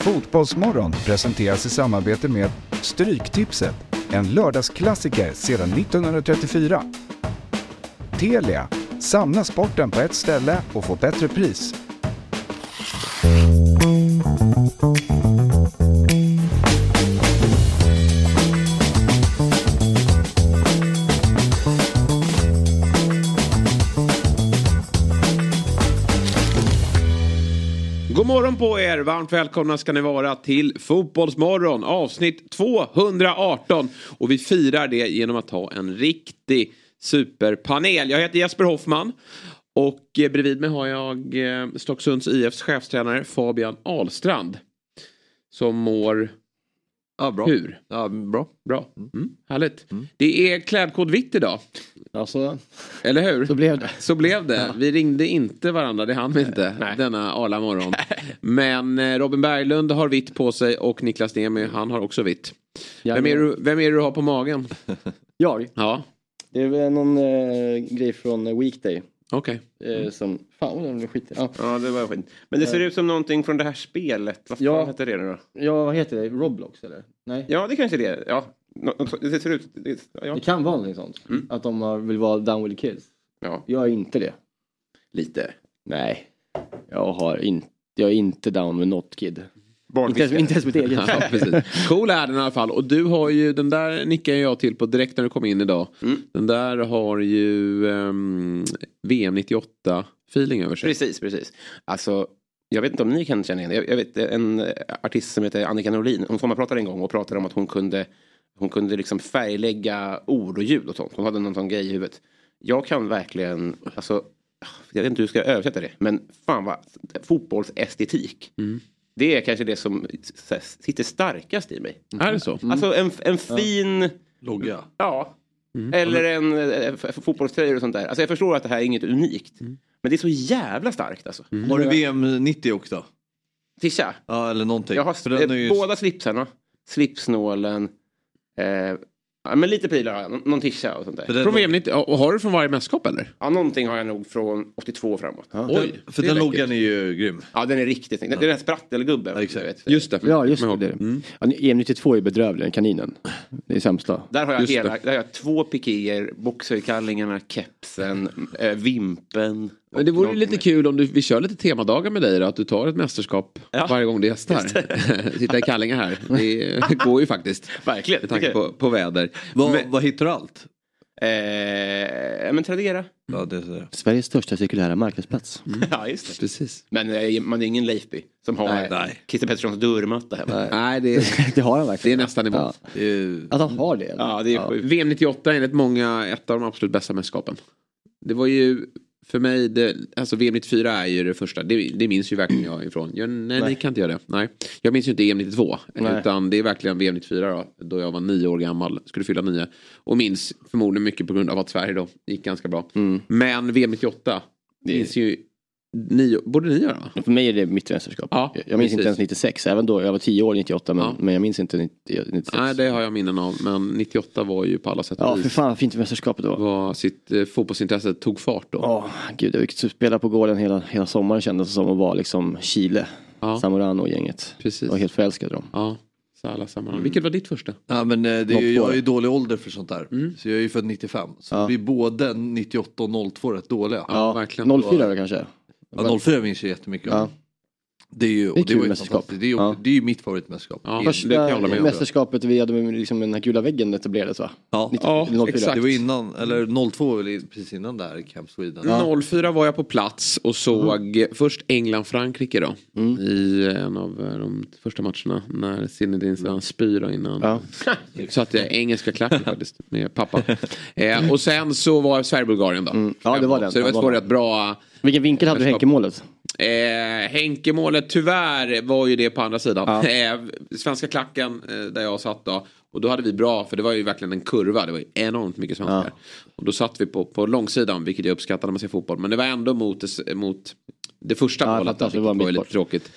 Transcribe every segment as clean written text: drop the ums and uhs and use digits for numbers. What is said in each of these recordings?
Fotbollsmorgon presenteras i samarbete med Stryktipset, en lördagsklassiker sedan 1934. Telia, samla sporten på ett ställe och få bättre pris. God morgon på er, varmt välkomna ska ni vara till Fotbollsmorgon, avsnitt 218. Och vi firar det genom att ha en riktig superpanel. Jag heter Jesper Hoffman och bredvid mig har jag Stocksunds IFs chefstränare Fabian Ahlstrand. Som mår... Ja, bra. Hur? Ja, bra. Bra. Härligt. Det är klädkod vitt idag. Alltså, eller hur? Så blev det. Ja. Vi ringde inte varandra, det hann vi inte denna arla morgon. Men Robin Berglund har vitt på sig och Niklas Nemi, han har också vitt. Vem är det du har på magen? Jag? Ja. Det är väl någon grej från Weekday. Okej. Som, fan vad den blev skit. Ja, det var skit. Men det ser ut som någonting från det här spelet. Vad fan heter det då? Ja, vad heter det? Roblox eller? Nej. Ja, det kanske det är. Ja. Det ser ut... Det kan vara något sånt. Att de vill vara down with the kids. Ja. Jag är inte det. Lite. Nej. Jag är inte down with not kid. Inte ens mitt eget. Ja, precis. Cool är den i alla fall. Och du har ju, den där nickar jag till på direkt när du kom in idag. Den där har ju VM 98 feeling över sig. Precis. Alltså, jag vet inte om ni kan känna igen. Jag vet en artist som heter Annika Norlin. Hon pratade en gång och pratade om att hon kunde liksom färglägga ord och ljud och sånt. Hon hade någon sån grej i huvudet. Jag kan verkligen, alltså, jag vet inte hur du ska översätta det. Men fan vad, fotbollsestetik. Det är kanske det som sitter starkast i mig. Är det så? Alltså en fin... Logga. Ja. Eller en fotbollströjor och sånt där. Alltså jag förstår att det här är inget unikt. Men det är så jävla starkt alltså. Har du VM 90 också? Tisha? Ja, eller någonting. Jag har båda slipsarna. Slipsnålen. Men lite pilar har jag. Någon tisha och sånt där. Från VM 90, och har du från varje mästerskap eller? Ja, någonting har jag nog från 82 framåt. Oj, för den loggan är ju grym. Ja, den är riktigt snygg. Det är den här sprattelgubben. Ja, exakt. Just det. Ja, just det. EM92 är bedrövlig, kaninen. Det är sämsta. Där har jag 2 pikéer, boxerkallingarna, kepsen, vimpen. Men det vore ju lite kul om vi kör lite temadagar med dig då, att du tar ett mästerskap varje gång det gästar. Sitta i kallingar här. Det går ju faktiskt. Verkligen. Med tanke på väder. Vad hittar du allt? Men Tradera. Ja, det är Sveriges största cirkulära marknadsplats. Ja, just det. Precis. Men man är ingen Leifby som har Christer Petterssons dörrmatta hemma. Nej, det har han verkligen. Det är nästan emot. Att han har det. Ja, det är sjukt. VM 98 är enligt många ett av de absolut bästa mästerskapen. Det var ju för mig, alltså VM 94 är ju det första. Det minns ju verkligen jag ifrån. Nej, ni kan inte göra det. Nej. Jag minns ju inte EM 92. Utan det är verkligen VM 94 då jag var 9 år gammal. Skulle fylla 9. Och minns förmodligen mycket på grund av att Sverige då gick ganska bra. Men VM 98 minns ju... Borde ni göra? För mig är det mitt mästerskap. Ja, jag minns inte ens 96. Även då, jag var 10 år 98. Men jag minns inte 96. Nej, det har jag minnen av. Men 98 var ju på alla sätt och vis. För fan, fint mästerskapet då. Var sitt fotbollsintresse tog fart då. Gud, jag fick spela på gården hela sommaren, kändes som att vara liksom Chile. Zamorano och gänget. Precis. Jag var helt förälskad dem. Ja. Alla sammanhang. Vilket var ditt första? Ja, men jag är ju dålig ålder för sånt där. Så jag är ju född 95. Så vi både 98 och 02 rätt dåliga. Ja, verkligen. 04 då kanske? Ja, 04 minns jag jättemycket. Ja. Det är ju mästerskap. Det är ju mitt favoritmästerskap. Ja, första mästerskapet vi hade med liksom den här gula väggen etablerades va? Ja, exakt. Det var innan, eller 02 precis innan där Camp Sweden. 04 var jag på plats och såg först England-Frankrike då. I en av de första matcherna när Zinedine spyr innan. Så att jag engelska klacken faktiskt med pappa. Och sen så var Sverige-Bulgarien då. Ja, det var den. Så det var rätt bra. Vilken vinkel hade du Henke-målet? Henke-målet tyvärr var ju det på andra sidan. Svenska klacken där jag satt då. Och då hade vi bra, för det var ju verkligen en kurva. Det var ju enormt mycket svenskar. Och då satt vi på långsidan, vilket jag uppskattar när man ser fotboll. Men det var ändå mot det första målet. Det var ju lite tråkigt.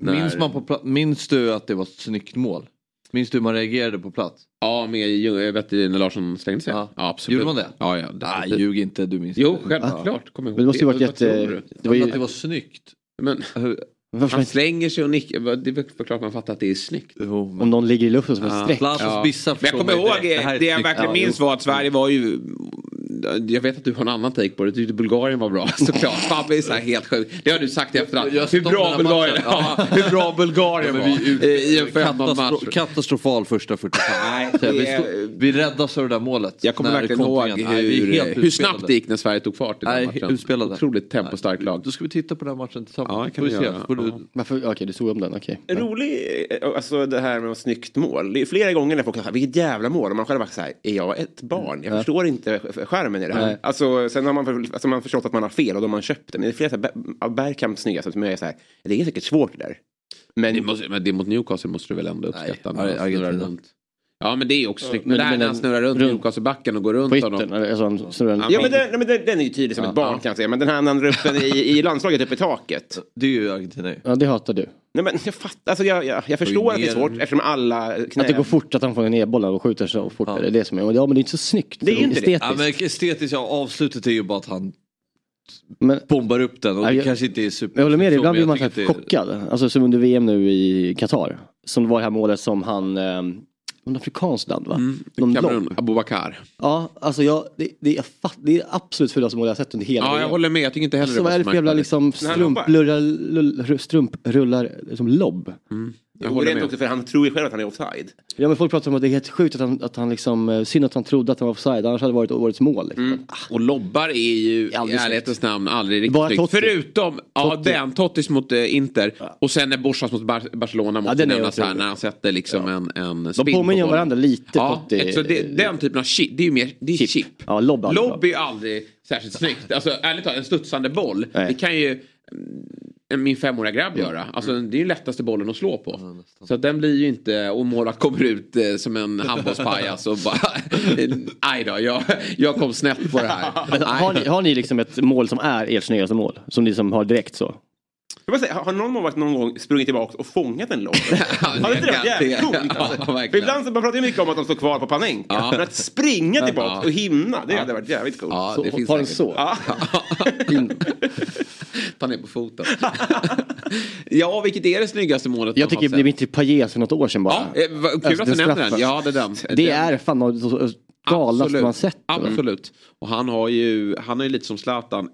Minns du att det var ett snyggt mål? Minns du hur man reagerade på plats? Ja, jag vet när Larsson stängde sig. Ja, absolut. Gjorde man det? Ja. Nej, ljug inte, du minns. Jo, självklart. Kommer ihåg. Det måste ju varit det var snyggt. Men Han slänger sig och nickar. Det är klart man fattar att det är snyggt. Om någon ligger i luften som ett streck. Men jag kommer ihåg, det jag verkligen minns var att Sverige var ju... Jag vet att du har en annan take på det. Du tyckte Bulgarien var bra, såklart. Fabbe är så här helt sjukt. Det har du sagt i efterhand. Hur bra Bulgarien var i en 15-match. Katastrofal första 45. Vi räddas av det där målet. Jag kommer verkligen ihåg hur snabbt det gick när Sverige tog fart i den matchen. Utspelade. Otroligt tempostarkt lag. Då ska vi titta på den matchen tillsammans. Ja, kan vi göra. Okej, du såg om den. Okej. Rolig, alltså det här med snyggt mål. Det är flera gånger när folk säger, vilket jävla mål. Och man själv bara så här, är jag ett barn? Jag förstår inte skärmen i det här. Alltså, sen har man förstått att man har fel och då har man köpt det. Men det är flera så här, Bergkamp snygga som är så här, det är säkert svårt det där. Men det mot Newcastle måste du väl ändå uppskatta. Ja, men det är också snyggt. Men där när han snurrar runt Newcastle-backen och går runt honom. Ja, men den är ju tydlig som ett barn kan jag säga. Men den här när han drar upp den i landslaget upp i taket. Det är ju Argentina. Ja, det hatar du. Nej, men jag fattar. Alltså, jag förstår att det är svårt eftersom alla knä... Att det går fort, att han får ner bollar och skjuter så fort. Det är det som är. Ja, men det är inte så snyggt. Det är inte estetiskt. Ja, men estetiskt, avslutet är ju bara att han bombar upp den. Och det kanske inte är super... Jag håller med dig, ibland blir man så chockad. Alltså som under VM nu i Qatar. Som var det här målet som han... en afrikansk land, va? Abubakar. Ja, alltså det är absolut fullaste mål jag har sett under hela. Ja, jag håller med. Jag tycker inte heller det var så. Vad är det för jävla liksom strumprullar som lobb? Jag håller med också, för han tror ju själv att han är offside. Ja, men folk pratar om att det är helt sjukt att han liksom, synd att han trodde att han var offside, annars hade det varit årets mål liksom. Och lobbar är ju i ärlighetens namn aldrig riktigt snyggt. Förutom den Tottis mot Inter och sen när Borsas mot Barcelona måste nämnas här när han sätter liksom en spin. De påminner om varandra lite. Så den typen av chip, det är ju mer, det är chip. Ja, lobb är ju aldrig särskilt snyggt. Alltså ärligt talat, en studsande boll, det kan ju min 5-åriga grabb göra. Alltså det är ju lättaste bollen att slå på. Så att den blir ju inte, och målet kommer ut som en handbollspajas och bara aj då, jag kom snett på det här. Men har ni liksom ett mål som är ert snyggaste mål? Som ni som har direkt så? Jag bara säga, har någon gång sprungit tillbaka och fångat en lobb? Har det inte det jävligt coolt? För ibland så man pratar ju mycket om att de står kvar på Panenka. Men att springa tillbaka och himna, det hade varit jävligt coolt. Ja, det finns säkert. Så. Ta ner på foten. Ja, vilket är det snyggaste målet? Jag tycker det blev inte Payet för något år sedan bara. Ja, kul att du nämnde den. Ja, det är fan galast man sett. Absolut. Och han har ju lite som Zlatan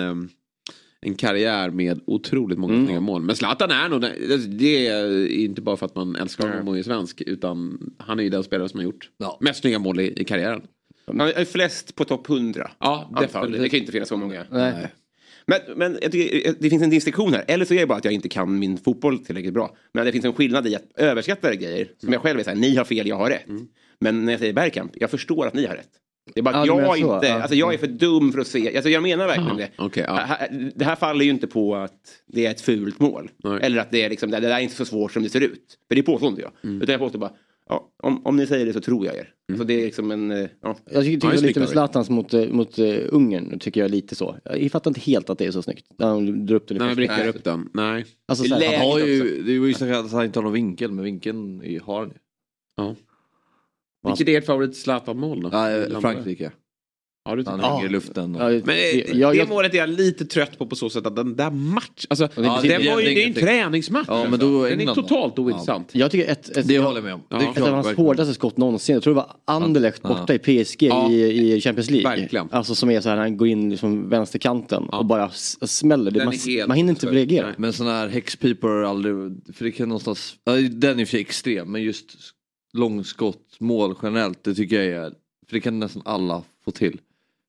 en karriär med otroligt många snygga mål. Men Zlatan är nog, det är inte bara för att man älskar honom och är svensk, utan han är ju den spelare som har gjort mest snygga mål i karriären. Han är flest på topp 100. Ja, definitivt. Det kan inte finnas så många. Nej. Men jag tycker, det finns en distinktion här. Eller så är det bara att jag inte kan min fotboll tillräckligt bra. Men det finns en skillnad i att överskatta grejer. Som jag själv är såhär, ni har fel, jag har rätt. Men när jag säger Bergkamp, jag förstår att ni har rätt. Det är bara att jag är för dum för att se. Alltså jag menar verkligen det. Okay, det här faller ju inte på att det är ett fult mål. Nej. Eller att det är liksom, det där är inte så svårt som det ser ut. För det påstår inte jag. Utan jag påstår bara, om ni säger det så tror jag er. Så det är liksom en... Jag tycker det lite med Zlatans mot Ungern, tycker jag lite så. Jag fattar inte helt att det är så snyggt. Han drar upp den. Nej, brickar upp den. Nej. Alltså, det var ju så att han inte har någon vinkel, men vinkeln har han. Ja. Vilket är ert favorit Zlatan-mål då? Frankrike. Ja, du han hänger i luften. Men det målet är jag lite trött på så sätt att den där match... Alltså, det är en träningsmatch. Ja, men då den är totalt ointressant. Jag tycker det håller jag med om. Det är ett av hans hårdaste skott någonsin. Jag tror det var Anderlecht borta i PSG i Champions League. Verkligen. Alltså som är så här, han går in liksom vänsterkanten och bara smäller. Man hinner inte reagera. Men sådana här häxpipor aldrig... För det kan någonstans... Den är för extrem, men just långskott, mål generellt, det tycker jag är... För det kan nästan alla få till.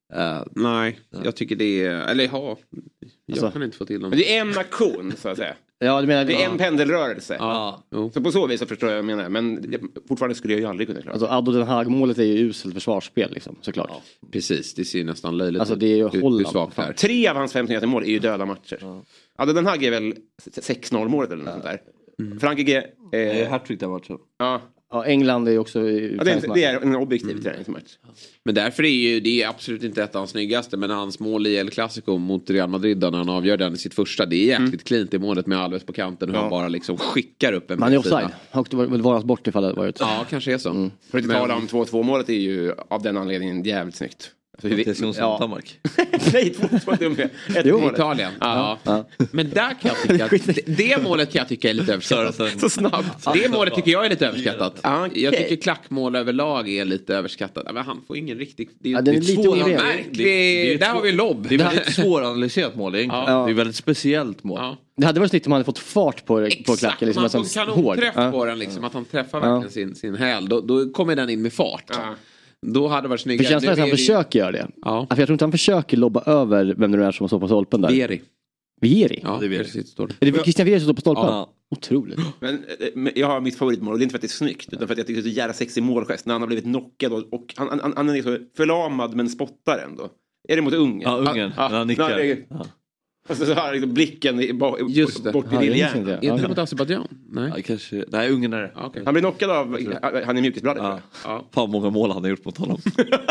Nej, jag tycker det är... Eller jag kan inte få till dem. Det är en aktion, så att säga. Ja, det är en pendelrörelse. Så på så vis så förstår jag menar. Men fortfarande skulle jag ju aldrig kunna klara. Alltså Addo Den Haag-målet är ju uselt försvarsspel liksom, såklart. Ja. Precis, det ser nästan löjligt ut. Alltså det är ju Holland. 3 av hans 5 mål är ju döda matcher. Addo Den Haag är väl 6-0 målet eller något sånt där. Frankrike... hattrick där matchen. Ja, England är ju också... det är en objektiv träningsmatch. Men därför är det absolut inte ett av hans snyggaste. Men hans mål i El Clasico mot Real Madrid när han avgör den i sitt första. Det är jäkligt klint i målet med Alves på kanten. Och han bara liksom skickar upp en... Man är offside. Han åkte väl varas bort ifall det varit. Ja, kanske är så. För att inte tala om 2-2 målet är ju av den anledningen jävligt snyggt. Mattias Jonsson Danmark. Nej, 2-2 Italien. Ja. Men där kan jag tycka det målet kan jag tycka är lite överskattat. Så snabbt. Det målet tycker jag är lite överskattat. Okay. Jag tycker klackmål överlag är lite överskattat. Men han får ingen riktigt... Det är lite märkligt. Där har vi en lobb. Det är väldigt svåranalyserat mål egentligen. Det är väldigt speciellt mål. Det hade varit snyggt om han hade fått fart på klacken. Liksom, man får kanonträff på den liksom. Att han träffar verkligen sin häl. Då kommer den in med fart. Då hade det varit snyggare. Det känns som att han försöker göra det. Ja. För jag tror inte han försöker lobba över vem det är som står på stolpen där. Vieri? Ja, det är Vieri. Är det Christian Vieri som står på stolpen? Ja. Otroligt. Men jag har mitt favoritmål och det är inte för att det är snyggt utan för att jag tycker det är så jävla sexig målgest när han har blivit knockad och han är så förlamad men spottar ändå. Är det mot Ungern? Ja, Ungern. Han nickar. Alltså så här liksom blicken bort i lillhjärnan. Är inte det mot Azerbaijan? Nej. Ja, kanske. Nej, Ungern är det. Okay. Han blir knockad av, han är mjukisbladdet. Fan många mål han har gjort mot honom.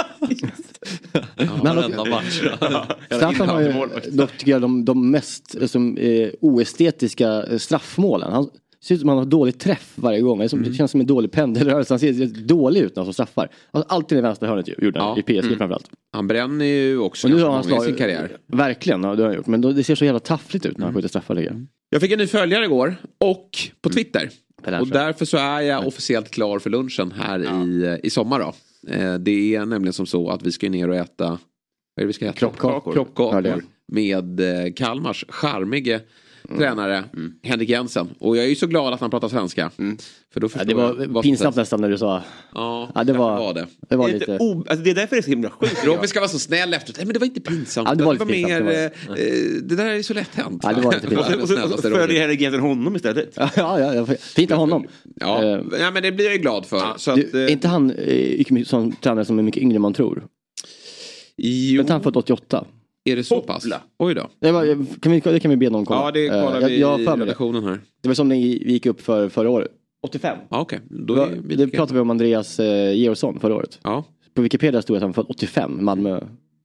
Varenda match. Staffan har ju dock tycker jag de mest oestetiska straffmålen. Han ser ut som han har dålig träff varje gång. Det känns som en dålig pendelrörelse. Han ser dålig ut när han straffar. Alltså, alltid i vänstra hörnet gjorde han i PSG framförallt. Han bränner ju också nu har han i sin karriär. Verkligen, det har han gjort. Men det ser så jävla taffligt ut när han skjuter straffar. Jag fick en ny följare igår och på Twitter. Och därför så är jag officiellt klar för lunchen här i sommar då. Det är nämligen som så att vi ska ner och äta, vad är det vi ska äta? Kroppkakor med Kalmars charmige tränare Henrik Jensen. Och jag är ju så glad att han pratar svenska. För då det var pinsamt nästan när du sa. Ja, det var lite... alltså det är därför det är så himla sjukt. Robin ska vara så snäll efter. Nej, men det var inte pinsamt. Det var mer... Det där är så lätt hänt. Det var lite pinsamt. Och så följer Henrik Jensen honom istället. Ja, fint av honom. Ja, men det blir jag ju glad för. Så att, är inte han som tränare som är mycket yngre än man tror? Jo. Men han fått 88. Är det så pass? Oj då. Det kan vi be någon kolla. Ja, det kollar vi i redaktionen här. Det var som vi gick upp för förra året. 85. Ja, okej. Det pratade vi om Andreas Georgsson förra året. Ja. På Wikipedia stod att han fått 85, Malmö.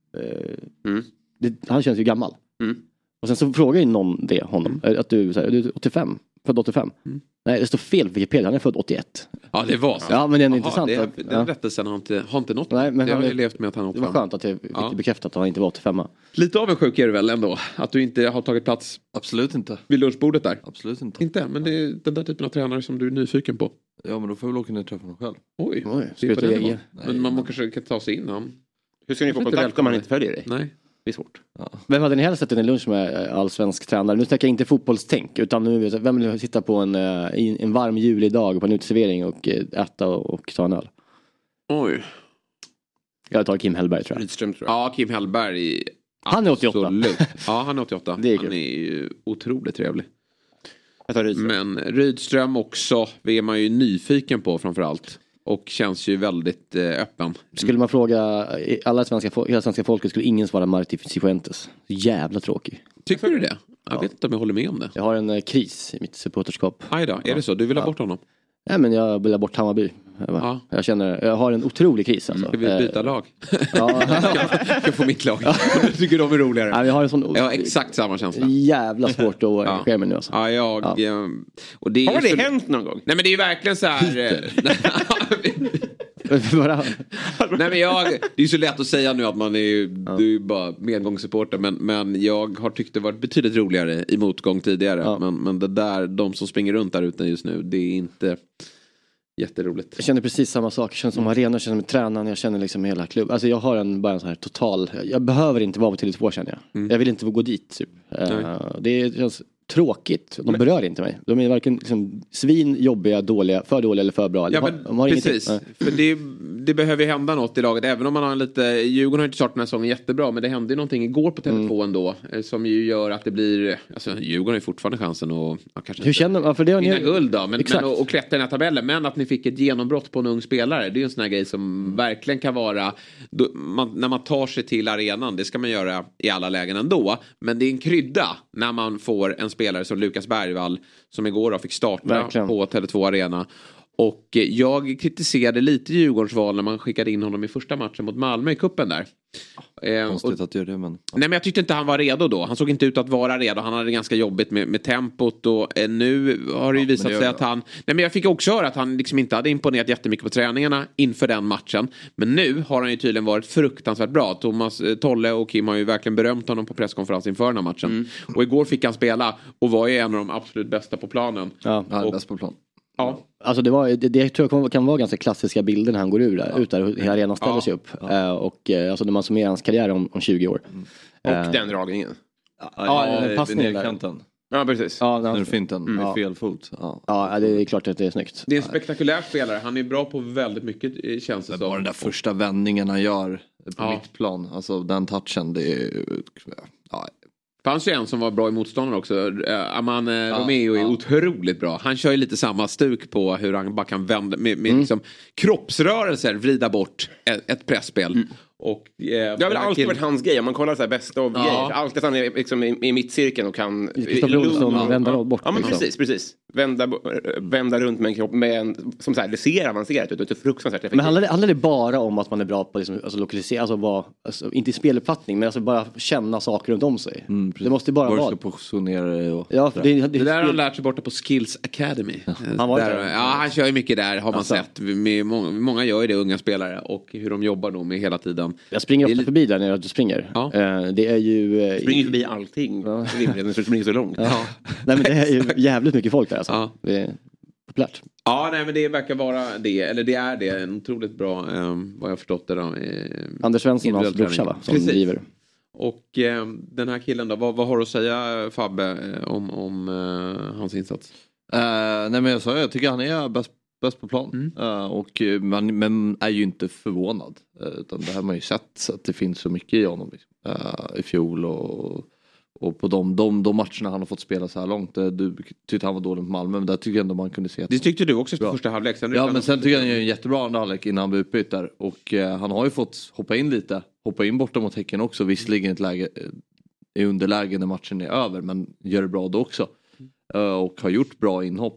Han känns ju gammal. Och sen så frågar ju någon honom. Att du är 85. Född 85. Nej, det står fel på Wikipedia. Han är född 81. Ja, det var så. Ja, men det är intressant. Den rättelsen har inte nått. Nej, men det har ju levt med att han 85. Det var skönt att det fick bekräftat att han inte var 85. Lite avundsjuk är du väl ändå? Att du inte har tagit plats. Absolut inte. Vid lunchbordet där? Absolut inte. Inte, men det är den där typen av tränare som du är nyfiken på. Ja, men då får vi väl åka ner och träffa honom själv. Oj, men man kanske kan ta sig in. Hur ska ni få kontakt om man inte följer dig? Nej. Det är svårt. Ja. Vem hade ni helst sett en lunch med allsvensk tränare? Nu snackar jag inte fotbollstänk utan nu, vem vill sitta på en varm julidag på en uteservering och äta och ta en öl? Oj. Jag tar Kim Hellberg tror jag. Rydström tror jag. Ja, Kim Hellberg. Han är 88. Absolut. Ja, han är 88. Han är ju otroligt trevlig. Jag tar Rydström. Men Rydström också är man ju nyfiken på framförallt. Och känns ju väldigt öppen. Skulle man fråga hela svenska folket skulle ingen svara Marti Cifuentes. Jävla tråkig. Tycker du det? Jag vet inte om jag håller med om det. Jag har en kris i mitt supporterskap. Aj då, är det så? Du vill ha bort honom? Nej, men jag vill ha bort Hammarby. Jag har en otrolig kris alltså. Ska vi byta lag? Ja. Jag får mitt lag. Jag tycker de är roligare. Ja, jag har exakt samma känsla. Jävla svårt att engagera mig nu alltså. Och det har det hänt någon gång? Nej, men det är ju verkligen så här. Nej, men det är ju så lätt att säga nu att man är ju bara medgångssupporter, men jag har tyckt det varit betydligt roligare i motgång tidigare. Men det där, de som springer runt där ute just nu, det är inte jätteroligt. Jag känner precis samma sak. Jag känner som arena, jag känner med tränaren, jag känner liksom hela klubb. Alltså jag har bara en sån här total, jag behöver inte vara på Tele2 känner jag. Jag vill inte gå dit typ. Det känns tråkigt. De berör inte mig. De är varken liksom svin, jobbiga, dåliga, för dåliga eller för bra. Ja, men precis. För det behöver ju hända något i laget. Även om man har lite... Djurgården har inte startat den här säsongen jättebra. Men det hände ju någonting igår på Tele2 ändå. Som ju gör att det blir... Alltså Djurgården har ju fortfarande chansen att... kanske hur känner man? För det har vinna guld då. Men och klättra i den här tabellen. Men att ni fick ett genombrott på en ung spelare. Det är ju en sån här grej som verkligen kan vara... när man tar sig till arenan. Det ska man göra i alla lägen ändå. Men det är en krydda när man får en spelare som Lukas Bergvall som igår då fick starta på Tele2 Arena. Och jag kritiserade lite Djurgårdens val när man skickade in honom i första matchen mot Malmö i kuppen där. Konstigt att göra det, men... Nej, men jag tyckte inte han var redo då. Han såg inte ut att vara redo. Han hade ganska jobbigt med tempot. Och nu har det ju visat sig att han... Nej, men jag fick också höra att han liksom inte hade imponerat jättemycket på träningarna inför den matchen. Men nu har han ju tydligen varit fruktansvärt bra. Thomas Tolle och Kim har ju verkligen berömt honom på presskonferens inför den här matchen. Och igår fick han spela och var ju en av de absolut bästa på planen. Ja, bäst på plan. Ja. Alltså det tror jag kan vara ganska klassiska bilder när han går ut där hela arenan ställer sig upp. Och alltså när man summerar hans karriär om 20 år. Och den dragningen. Passningen där. Ja, precis. Ja, när finten med fel fot. Ja, det är klart att det är snyggt. Det är en spektakulär spelare. Han är bra på väldigt mycket, känns det som. Bara den där första vändningen han gör på mittplan. Alltså den touchen, det är... Ja. Fanns ju en som var bra i motståndaren också. Aman Romeo är otroligt bra. Han kör ju lite samma stuk på hur han bara kan vända med liksom kroppsrörelser vrida bort ett pressspel. Och, det har väl alltid varit hans grej. Om man kollar så här bästa av grejer. Alltid att han är liksom i mittcirkeln och kan... vända bort. Ja, men precis. Vända runt med en kropp som så här, det ser avancerat ut. Det är fruktansvärt effektivt. Men handlar det bara om att man är bra på liksom, alltså, lokalisera, inte i speluppfattning, men alltså bara känna saker runt om sig. Det måste bara vara... Var positionera dig och... Ja, det där har han lärt sig borta på Skills Academy. Han kör ju mycket där, har man sett. Många gör ju det, unga spelare. Och hur de jobbar då med hela tiden. Jag springer ofta förbi där när jag springer. Ja. Det är ju... springer förbi allting. Ja. Det springer så långt. Ja. Nej, men det är ju jävligt mycket folk där alltså. Ja. Det är populärt. Ja, nej, men det verkar vara det. Eller det är det. En otroligt bra, vad jag förstått det då. Anders Svensson och hans brorsa, va? Som driver. Och den här killen då, vad har du att säga, Fabbe, om hans insats? Nej, men jag tycker han är bäst på plan. Och men är ju inte förvånad. Utan det har man ju sett, så att det finns så mycket i honom liksom. I fjol och på de matcherna han har fått spela så här långt. Du tyckte han var dålig på Malmö, men där tycker jag ändå man kunde se att... Det tyckte du också efter första halvlek. Men sen tycker jag han gör en jättebra andra halvlek innan han blev utbytt där. Och han har ju fått hoppa in borta mot Häcken också. Visserligen ett läge i underläge när matchen är över, men gör det bra då också. Och har gjort bra inhopp.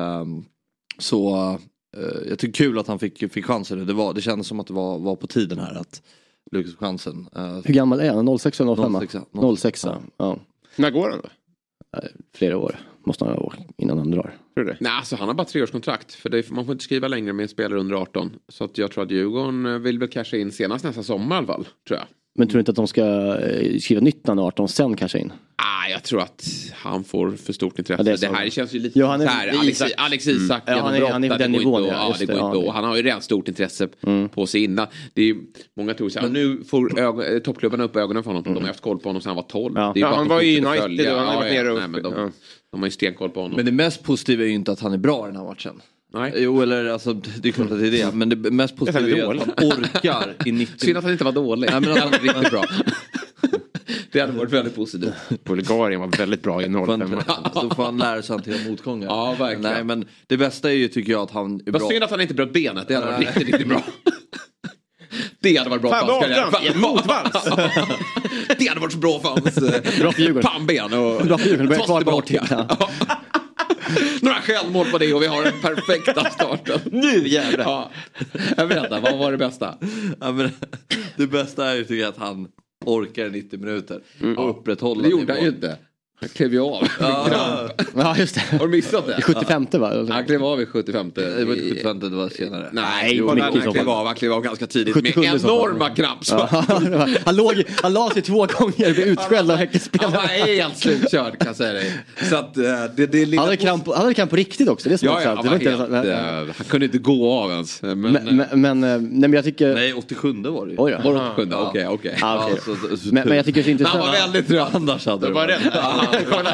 Så jag tycker kul att han fick chansen. Det kändes som att det var på tiden här att Lukas chansen. Hur gammal är han? 06 eller 05? 06. Ja. När går han då? Flera år. Måste han ha innan han drar. Tror du det? Nej, alltså han har bara 3-årskontrakt. För man får inte skriva längre med en spelare under 18. Så att jag tror att Djurgården vill väl casha in senast nästa sommar i alla fall, tror jag. Men tror du inte att de ska skriva nytt när han är 18 sen kanske in? Jag tror att han får för stort intresse. Det här känns ju lite så här. Alex Isak. Han är på den nivån. Det går inte. Och han har ju redan stort intresse på sig innan. Det är många tror så här, nu får toppklubbarna upp ögonen för honom. De har haft koll på honom sedan han var 12. Han var ju United och han har varit nere och... De har ju stenkoll på honom. Men det mest positiva är ju inte att han är bra i den här matchen. Nej. Jo, eller alltså, det är klart att det är det. Men det mest positiva är att han orkar i 90... Synd att han inte var dålig. Nej, men han var riktigt bra. Det hade varit väldigt positivt. Bulgarien var väldigt bra i 05. Så får han lära sig att hantera motgångar. Ja, verkligen. Nej, men det bästa är ju, tycker jag, att han är bra. Vad synd att han inte bröt benet. Det hade varit riktigt bra. Det hade varit bra för hans karriär. Motvals! Det hade varit så bra för hans pannben och bra för Djurgården. Börjar kvar tillbaka. Några självmål på det och vi har den perfekta starten. Nu jävlar. Ja. Jag berättar, vad var det bästa? Ja, men det bästa är ju, tycker jag, att han orkar 90 minuter och upprätthålla. Det gjorde han ju inte. Han klev ju av. Ja, just det. Har du missat det? I 75 va? Han klev av i 75. Det var inte 75, det var senare. Nej, han klev av ganska tidigt med enorma kramp. Han la sig 2 gånger vid utskälld av Häckenspelarna. Han var helt slutkörd, kan jag säga dig. Så att det han hade kramp på riktigt också. Det är han kunde inte gå av ens. Men jag tycker... Nej, 87 var det ju. Oj då. Var det 87? Okej. Men jag tycker det är intressant. Han var väldigt trött. Annars hade det var rätt.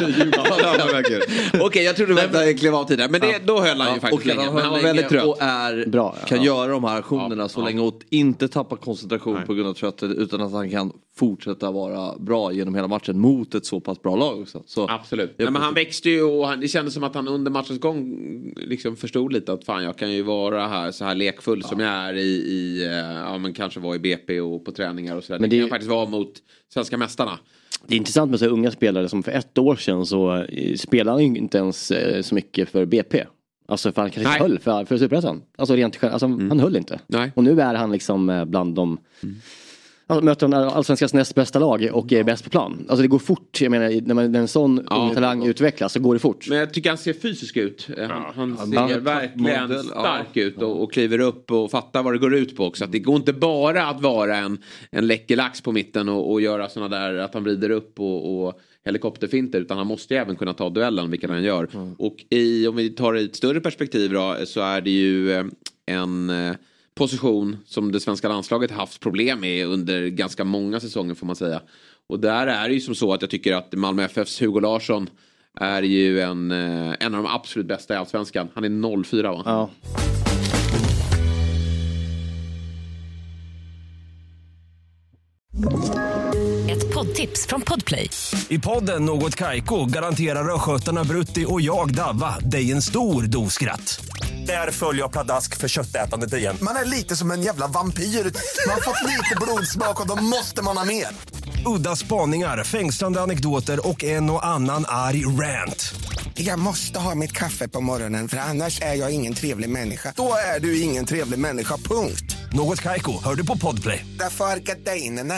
Okej, jag trodde att han klev av tidigare. Men då höll han ju faktiskt länge. Men han var väldigt trött. Och kan göra de här aktionerna så länge och inte tappa koncentration på grund av trötthet, utan att han kan fortsätta vara bra genom hela matchen mot ett så pass bra lag också. Så absolut. Men han växte ju och det kändes som att han under matchens gång liksom förstod lite att fan, jag kan ju vara här så här lekfull som jag är men kanske var i BP och på träningar och sådär. Men det kan jag faktiskt vara mot svenska mästarna. Det är intressant med så unga spelare som för 1 år sedan så spelade han inte ens så mycket för BP. Alltså för han kanske inte höll för Superettan. Alltså han höll inte. Nej. Och nu är han liksom bland de Han möter allsvenskans näst bästa lag och är bäst på plan. Alltså det går fort, jag menar, när en sån talang utvecklas så går det fort. Men jag tycker han ser fysisk ut. Han ser verkligen stark ut och kliver upp och fattar vad det går ut på också. Att det går inte bara att vara en läcker lax på mitten och göra sådana där att han vrider upp och helikopterfinter, utan han måste ju även kunna ta duellen, vilket han gör. Och om vi tar ett större perspektiv då, så är det ju en position som det svenska landslaget haft problem med under ganska många säsonger, får man säga. Och där är det ju som så att jag tycker att Malmö FFs Hugo Larsson är ju en av de absolut bästa i allsvenskan. Han är 0-4, va? Ja. Ett poddtips från Podplay. I podden Något Kaiko garanterar röskötarna Brutti och jag Davva dig en stor doskratt. Där följer jag pladask för köttätandet igen. Man är lite som en jävla vampyr. Man har fått lite blodsmak och då måste man ha mer. Udda spaningar, fängslande anekdoter och en och annan arg rant. Jag måste ha mitt kaffe på morgonen för annars är jag ingen trevlig människa. Då är du ingen trevlig människa, punkt. Något Kaiko, hör du på Podplay. Därför är gardinerna.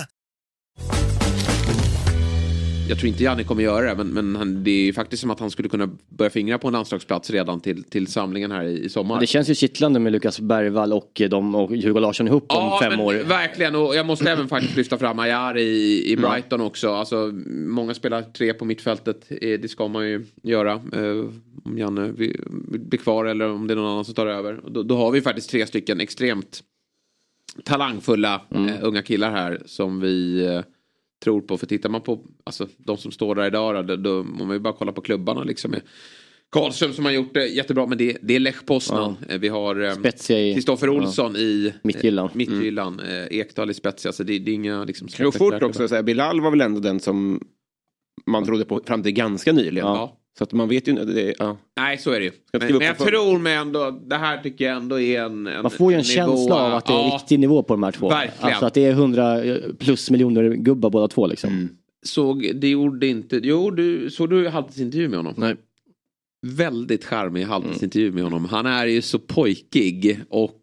Jag tror inte Janne kommer göra det, men det är ju faktiskt som att han skulle kunna börja fingra på en landslagsplats redan till samlingen här i sommar. Det känns ju kittlande med Lukas Bergvall och Hugo Larsson ihop om 5 år. Verkligen, och jag måste även faktiskt lyfta fram Ajar i Brighton också. Alltså, många spelar 3 på mittfältet, det ska man ju göra. Om Janne blir kvar eller om det är någon annan som tar över. Då har vi faktiskt 3 stycken extremt talangfulla unga killar här som vi tror på. För tittar man på de som står där idag då må man ju bara kolla på klubbarna liksom. Karlström som har gjort det jättebra, men det är Lech Poznan. Vi har Kristoffer Olsson i Midtjylland. Ekdal i Spezia, så det är inga liksom, och fort också så här, Bilal var väl ändå den som man trodde på fram till ganska nyligen. Ja. Så att man vet ju inte. Nej, så är det ju. Men jag tror mig ändå, det här tycker jag ändå är en man får ju en känsla av att det är riktig nivå på de här två. Verkligen. Alltså att det är 100 plus miljoner gubbar båda två liksom. Det gjorde inte. Såg du halvtidsintervju med honom? Nej. Väldigt charmig halvtidsintervju med honom. Han är ju så pojkig och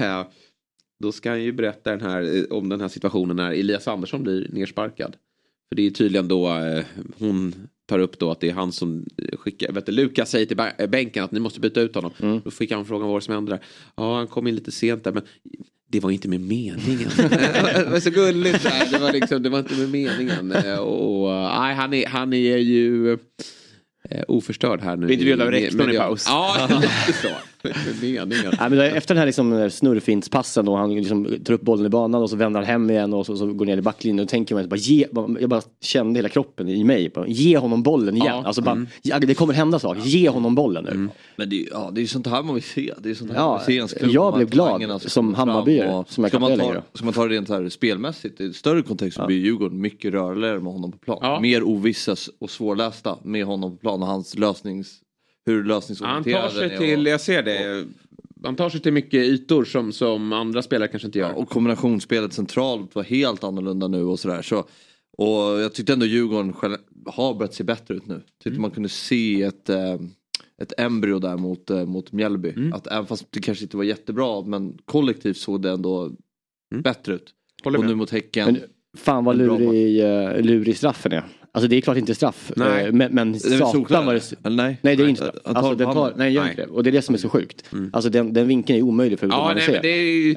då ska han ju berätta om den här situationen när Elias Andersson blir nersparkad. För det är tydligen då hon tar upp då att det är han som skickar, Lukas säger till bänken att ni måste byta ut honom. Då fick han frågan vad som händer. Ja, han kom in lite sent där, men det var inte med meningen. Det var så gulligt där. Det var inte med meningen. Och han är ju oförstörd här nu. Vi intervjuade av rektorn i paus. Ja, lite så. Men efter den här liksom snurrfintspassen och han liksom tar upp bollen i banan och så vänder han hem igen och så går ner i backlinjen och tänker man jag bara kände hela kroppen i mig. Ge honom bollen igen. Alltså det kommer hända saker. Ge honom bollen nu. Men det är ju sånt här man vill se. Det är sånt här man vill se jag blev glad som Hammarbyare. Ska man ta det rent här spelmässigt i större kontext så blir Djurgården mycket rörligare med honom på plan. Mer ovissa och svårlästa med honom på plan och hans hur lösningsorienterad han tar sig till, jag ser det, han tar sig till mycket ytor som andra spelare kanske inte gör. Ja, och kombinationsspelet centralt var helt annorlunda nu och sådär. Och jag tyckte ändå Djurgården har börjat se bättre ut nu. Tyckte man kunde se ett embryo där mot Mjällby. Att även fast det kanske inte var jättebra, men kollektivt såg det ändå bättre ut. Och nu mot Häcken. Men fan vad lurig straffen är. Alltså det är klart inte straff. Nej. Men satan var det... Nej, det är inte straff. Alltså, nej, gör inte det. Och det är det som är så sjukt. Alltså den vinkeln är omöjlig för att se. Men det är ju,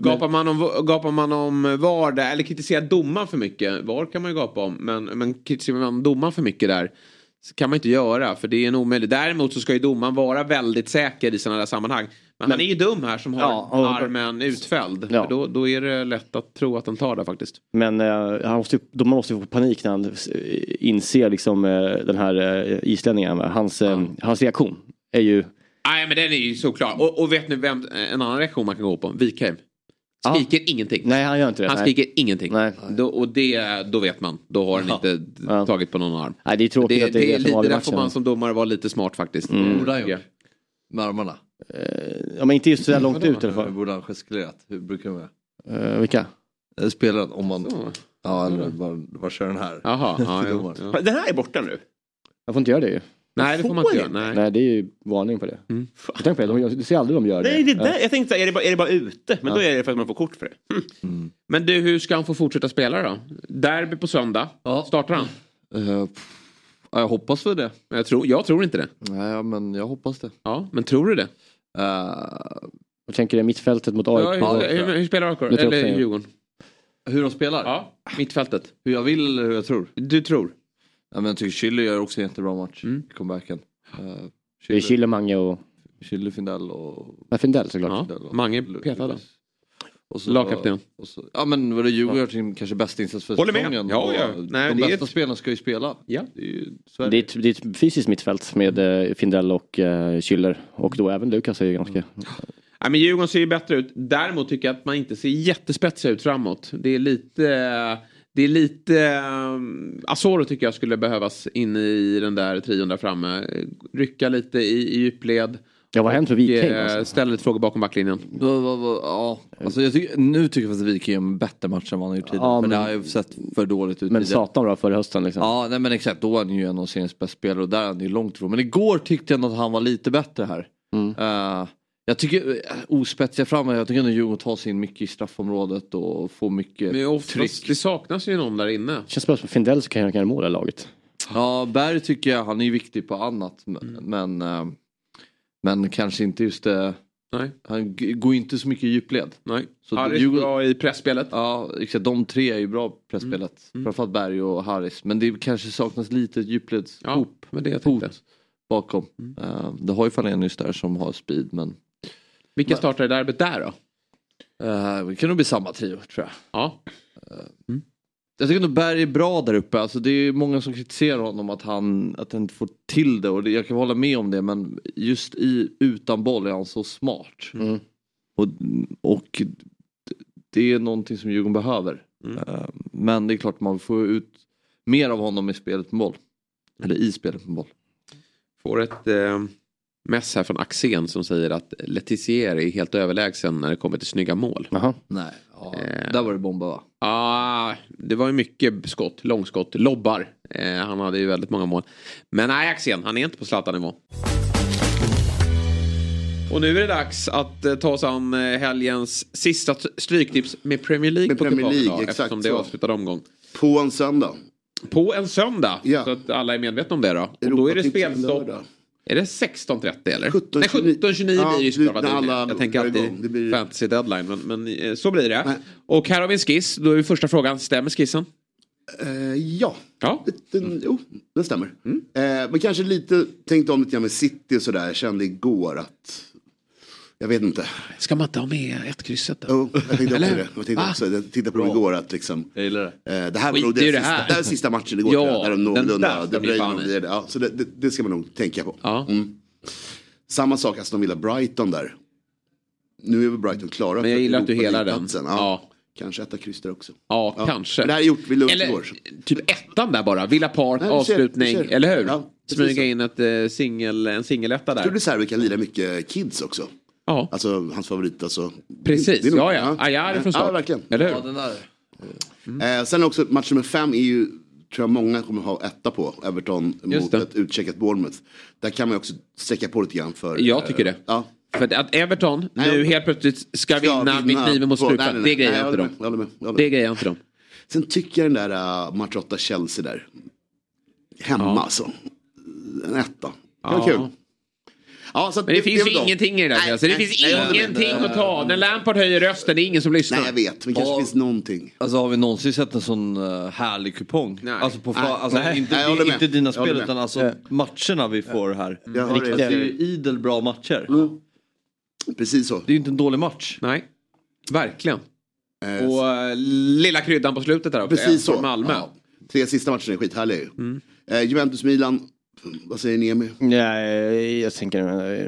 gapar man om VAR där, eller kritiserar domaren för mycket. VAR kan man ju gapa om. Men kritiserar man domaren för mycket där så kan man inte göra. För det är en omöjlig. Däremot så ska ju domaren vara väldigt säker i sådana där sammanhang. Men han är ju dum här som har armen utfälld. Ja. För då är det lätt att tro att han tar det faktiskt. Men de måste få panik när han inser liksom, den här islänningen. Hans reaktion är ju... Nej, men den är ju så klar. Och vet ni vem en annan reaktion man kan gå på? Wikheim. Skriker ingenting. Nej, han gör inte det. Han skriker ingenting. Nej. Då vet man. Då har han inte tagit på någon arm. Nej, det är tråkigt att det är som lite där får man som domare vara lite smart faktiskt. Borde han gjort? Med armarna? Men inte just så där långt ut i alla fall. Borde han gestikulerat? Hur brukar det vara? Vilka? Spelaren om man... Ja, eller bara kör den här. Jaha, Den här är borta nu. Jag får inte göra det ju. Nej, det får man inte göra. Nej, det är ju varning på det. Jag tänker på det, du ser aldrig de gör det. Nej, det där. Jag tänkte, är det bara ute? Men då är det för att man får kort för det. Men du, hur ska han få fortsätta spela då? Derby på söndag. Startar han? Jag hoppas för det. Men jag tror inte det. Nej, men jag hoppas det. Ja, men tror du det? Jag tänker det mittfältet mot AIK. Hur spelar AIK? Eller Djurgården? Hur de spelar? Ja, mittfältet. Hur jag vill eller hur jag tror? Du tror? Ja, men jag tycker Chile gör också en jättebra match i comebacken. Det är Chile, Mange och... Chile, Findell och... Ja, Findell såklart. Ja, Mange petad. Lagkapten. Ja, men var det Djurgården sin kanske bästa insats för säsongen? Ja. Nej, de bästa spelarna ska ju spela. Ja. Det är ett fysiskt mittfält med Findell och Schüller. Och då även Lukas är ju ganska... Ja, men Djurgården ser ju bättre ut. Däremot tycker jag att man inte ser jättespetsiga ut framåt. Det är lite Asoro tycker jag skulle behövas in i den där trion där framme. Rycka lite i djupled. Ja, vad har hänt för Viking? Ställa lite frågor bakom backlinjen. Ja, alltså nu tycker jag att Viking är en bättre match än vad han gjort tidigare. Ja, för det har ju sett för dåligt ut. Men satan då förra hösten liksom. Ja, nej, men exakt. Då var han ju en av seriens bästa spelare och där är han ju långt ifrån. Men igår tyckte jag att han var lite bättre här. Jag tycker ospetsiga framme. Jag tycker att Djurgården tar sig in mycket i straffområdet och får mycket tryck. Det saknas ju någon där inne. Det känns bara som Findell så kan han göra mål i laget. Ja, Berg tycker jag, han är ju viktig på annat. Men kanske inte just det. Nej. Han går inte så mycket i djupled. Nej. Så Harris är bra i pressspelet. Ja, exakt. De tre är ju bra i pressspelet. Framförallt Berg och Harris. Men det kanske saknas lite djupledshop. Men det jag tänkte. Bakom. Det har ju Falenius där som har speed. Men... Vilka startar i derbyt där då? Det kan nog bli samma trio, tror jag. Ja. Jag tycker nog Berg är bra där uppe. Alltså det är många som kritiserar honom att han inte får till det. Och jag kan hålla med om det. Men just utan boll är han så smart. Och det är någonting som Djurgården behöver. Men det är klart man får ut mer av honom i spelet med boll. Eller i spelet med boll. Får ett mess här från Axén som säger att Letizier är helt överlägsen när det kommer till snygga mål. Aha. Nej, där var det bomba va? Ja, det var ju mycket skott, långskott, lobbar. Han hade ju väldigt många mål. Men nej, Axén, han är inte på Zlatan-nivå. Och nu är det dags att ta oss an helgens sista stryktips med Premier League med på Premier League, idag, exakt eftersom det är avslutad omgång. På en söndag. På en söndag, så att alla är medvetna om det då. Och då är det spelstopp. Är det 16:30 eller? 17:29 blir det ju såklart. Jag tänker alltid fantasy deadline. Men så blir det. Nej. Och här har vi en skiss. Då är första frågan, stämmer skissen? Ja. Den stämmer. Men kanske lite tänkt om lite grann med City och sådär. Jag kände igår att jag vet inte. Ska man inte ha med ett krysset då? Jo, jag tänkte också det. Jag tittade på igår att liksom. Jag gillar det. Det här var nog det här är sista matchen igår. Där de någorlunda. Så det ska man nog tänka på. Ja. Samma sak Aston Villa Brighton där. Nu är väl Brighton klara. Men jag gillar att du hela den. Ja. Kanske äta kryss där också. Ja, kanske. Men det här är gjort vid lunch eller, igår. Typ ettan där bara. Villa Park, avslutning. Eller hur? Ja, smyga in en singeletta där. Jag tror det är vi kan lira mycket kids också. Ja. Alltså hans favorit. Alltså, precis, det är nog, Ajar från start. Ja, verkligen. Eller hur? Ja, den där. Sen också match nummer 5 är ju, tror jag många kommer ha etta på. Everton mot ett utcheckat Bournemouth. Där kan man också sträcka på lite grann för. Jag tycker det. Ja. För att Everton nu helt plötsligt ska vinna med kniven mot strupen. Det grejer jag inte dem. Det grejer jag inte dem. Sen tycker jag den där match 8 Chelsea där. Hemma alltså. En etta. Det var kul. Ja, så men det finns ju ingenting i det där. Det finns ingenting att ta. När Lampard höjer rösten, det är ingen som lyssnar. Nej, jag vet. Men kanske finns någonting. Alltså har vi någonsin sett en sån härlig kupong? Nej. Alltså, inte dina spel utan alltså matcherna vi får här. Det är ju idel bra matcher. Precis så. Det är ju inte en dålig match. Nej, verkligen. Och lilla kryddan på slutet där också. Precis så. Malmö. Ja. 3 sista matcherna är skithärliga ju. Juventus-Milan. Vad säger ni, Emil? Nej, jag tänker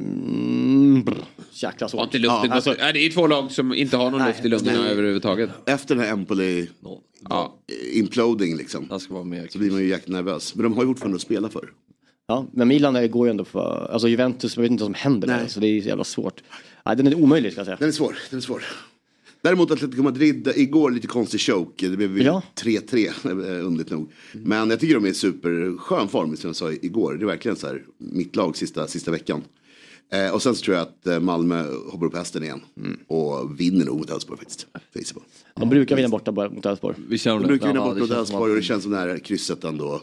jäkla svårt. Det är ju 2 lag som inte har någon luft i lungorna överhuvudtaget. Efter den här Empoli imploding liksom. Ska vara med. Så blir man ju jäkla nervös. Men de har ju fortfarande att spela för. Ja, men Milan går ju ändå för. Alltså Juventus, jag vet inte vad som händer där. Så det är jävla svårt. Nej, den är omöjlig ska jag säga. Den är svår. Däremot Atletico Madrid igår lite konstig choke. Det blev 3-3 underligt nog. Men jag tycker de är superskön form som jag sa igår. Det är verkligen så här mitt lag sista veckan. Och sen så tror jag att Malmö hoppar upp hästen igen. Och vinner nog mot Elfsborg faktiskt. De brukar vinna borta mot Elfsborg. De brukar vinna borta mot Elfsborg och det känns som det här krysset ändå.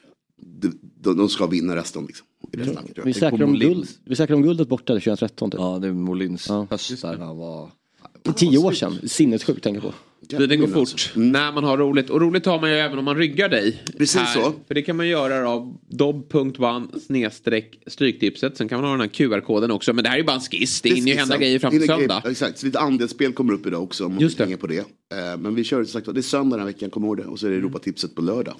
De ska vinna resten liksom. Vi säkrar om guldet borta 2013 typ. Ja, det är Molins höst där han var... 10 år sedan, sinnessjukt tänker på. Tiden går fort när man har roligt. Och roligt har man ju även om man ryggar dig. Precis här. så. För det kan man göra av dob.1/stryktipset. Sen kan man ha den här QR-koden också. Men det här är ju bara en skiss. Det hinner ju hända grejer fram till söndag. Exakt, så lite andelsspel kommer upp idag också. Om man tänker på det. Men vi kör sagt det är söndag den här veckan, kommer ihåg det. Och så är det Europatipset på lördag.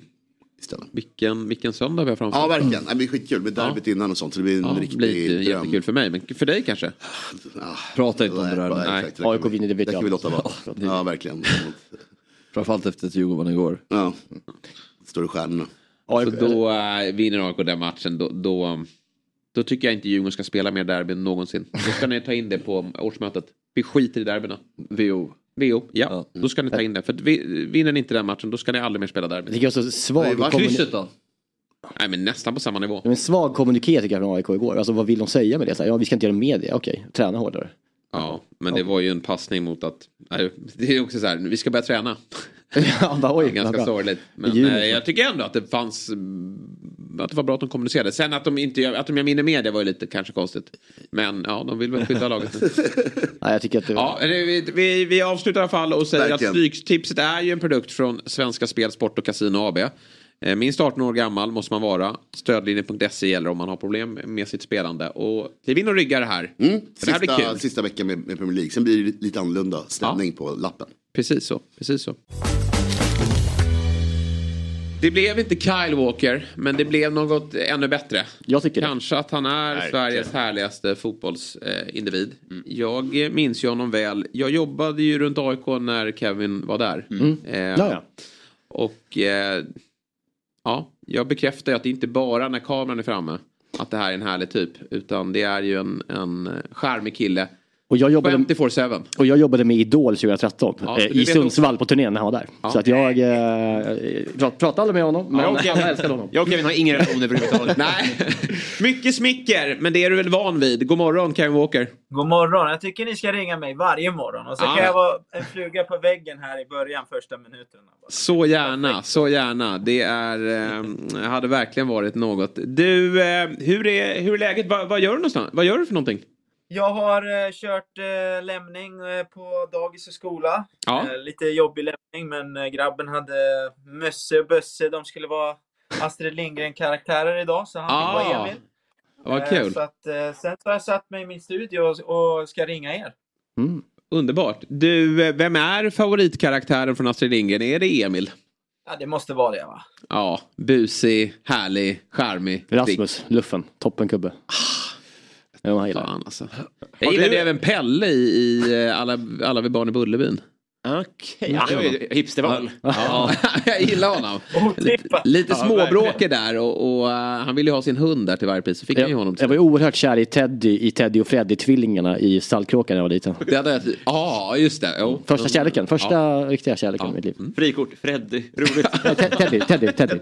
Vilken söndag vi har framför. Ja, verkligen. Det blir skitkul. Det blir derbyt innan och sånt. Så det blir en riktig dröm. Jättekul för mig. Men för dig kanske? Prata inte om det där. AIK vinner, det vet jag. Vi låta vara. Ja, verkligen. Framförallt efter att Djurgården igår. Ja. Står det stjärnorna. Så då vinner AIK den matchen. Då tycker jag inte Djurgården ska spela mer derby än någonsin. Då ska ni ta in det på årsmötet. Vi skiter i derbyna. VO, ja. Då ska ni ta in det. För vinner ni inte den matchen, då ska ni aldrig mer spela derby. Det är så svag. Vad krysset då? Nej, men nästan på samma nivå. Det är en svag kommuniké tycker jag från AIK igår. Alltså vad vill de säga med det? Så här, vi ska inte göra media. Okej, träna hårdare. Ja, men det var ju en passning mot att... Nej, det är också så här, vi ska börja träna. Oj, ganska sorgligt. Men jag tycker ändå att det fanns... Att det var bra att de kommunicerade. Sen att de inte att de gör mindre media var ju lite kanske konstigt. Men ja, de vill väl skydda laget. Ja, jag tycker att det... Ja, vi avslutar i alla fall och säger att Stryktipset är ju en produkt från Svenska Spel, Sport och Casino AB. Minst 18 år gammal måste man vara. Stödlinjen.se gäller om man har problem med sitt spelande. Och vi vinner och ryggar det här. Det här blir kul. Sista veckan med Premier League. Sen blir det lite annorlunda stämning på lappen. Precis så. Det blev inte Kyle Walker, men det blev något ännu bättre. Jag tycker kanske att han är Sveriges härligaste fotbollsindivid. Jag minns ju honom väl. Jag jobbade ju runt AIK när Kevin var där. Och jag bekräftar ju att det inte bara när kameran är framme att det här är en härlig typ. Utan det är ju en charmig kille. Och jag jobbade 24/7. Och jag jobbade med Idol 2013 i Sundsvall på turnén när han var där. Så att jag pratade aldrig med honom, men jag älskade honom. Jag och Kevin har ingen relation överhuvudtaget. Nej, mycket smicker, men det är du väl van vid. God morgon, Kevin Walker. God morgon, jag tycker ni ska ringa mig varje morgon. Och så kan jag vara en fluga på väggen här i början, första minuterna. Så gärna. Det hade verkligen varit något. Du, hur är läget? Vad gör du någonstans? Vad gör du för någonting? Jag har kört lämning på dagis och skola. Lite jobbig lämning, men grabben hade Mösse och Bösse. De skulle vara Astrid Lindgren-karaktärer idag, så han fick vara Emil. Vad kul. Så att, sen har jag satt mig i min studio och ska ringa er. Underbart. Du, vem är favoritkaraktären från Astrid Lindgren? Är det Emil? Ja, det måste vara det, va? Ja, busig, härlig, charmig. Rasmus, Luffen, toppenkubbe. Jag gillade även Pelle i alla vi barn i Bullerbyn. Okej, hipsterval. Ja, jag gillar honom. Lite småbråkig där och han ville ju ha sin hund där till varje pris. Så fick han ju honom till. Jag var oerhört kär i Teddy och Freddy, tvillingarna i Stallkråkan när jag var liten. Just det. Första kärleken, riktiga kärleken i mitt liv. Frikort, Freddy, roligt. Teddy.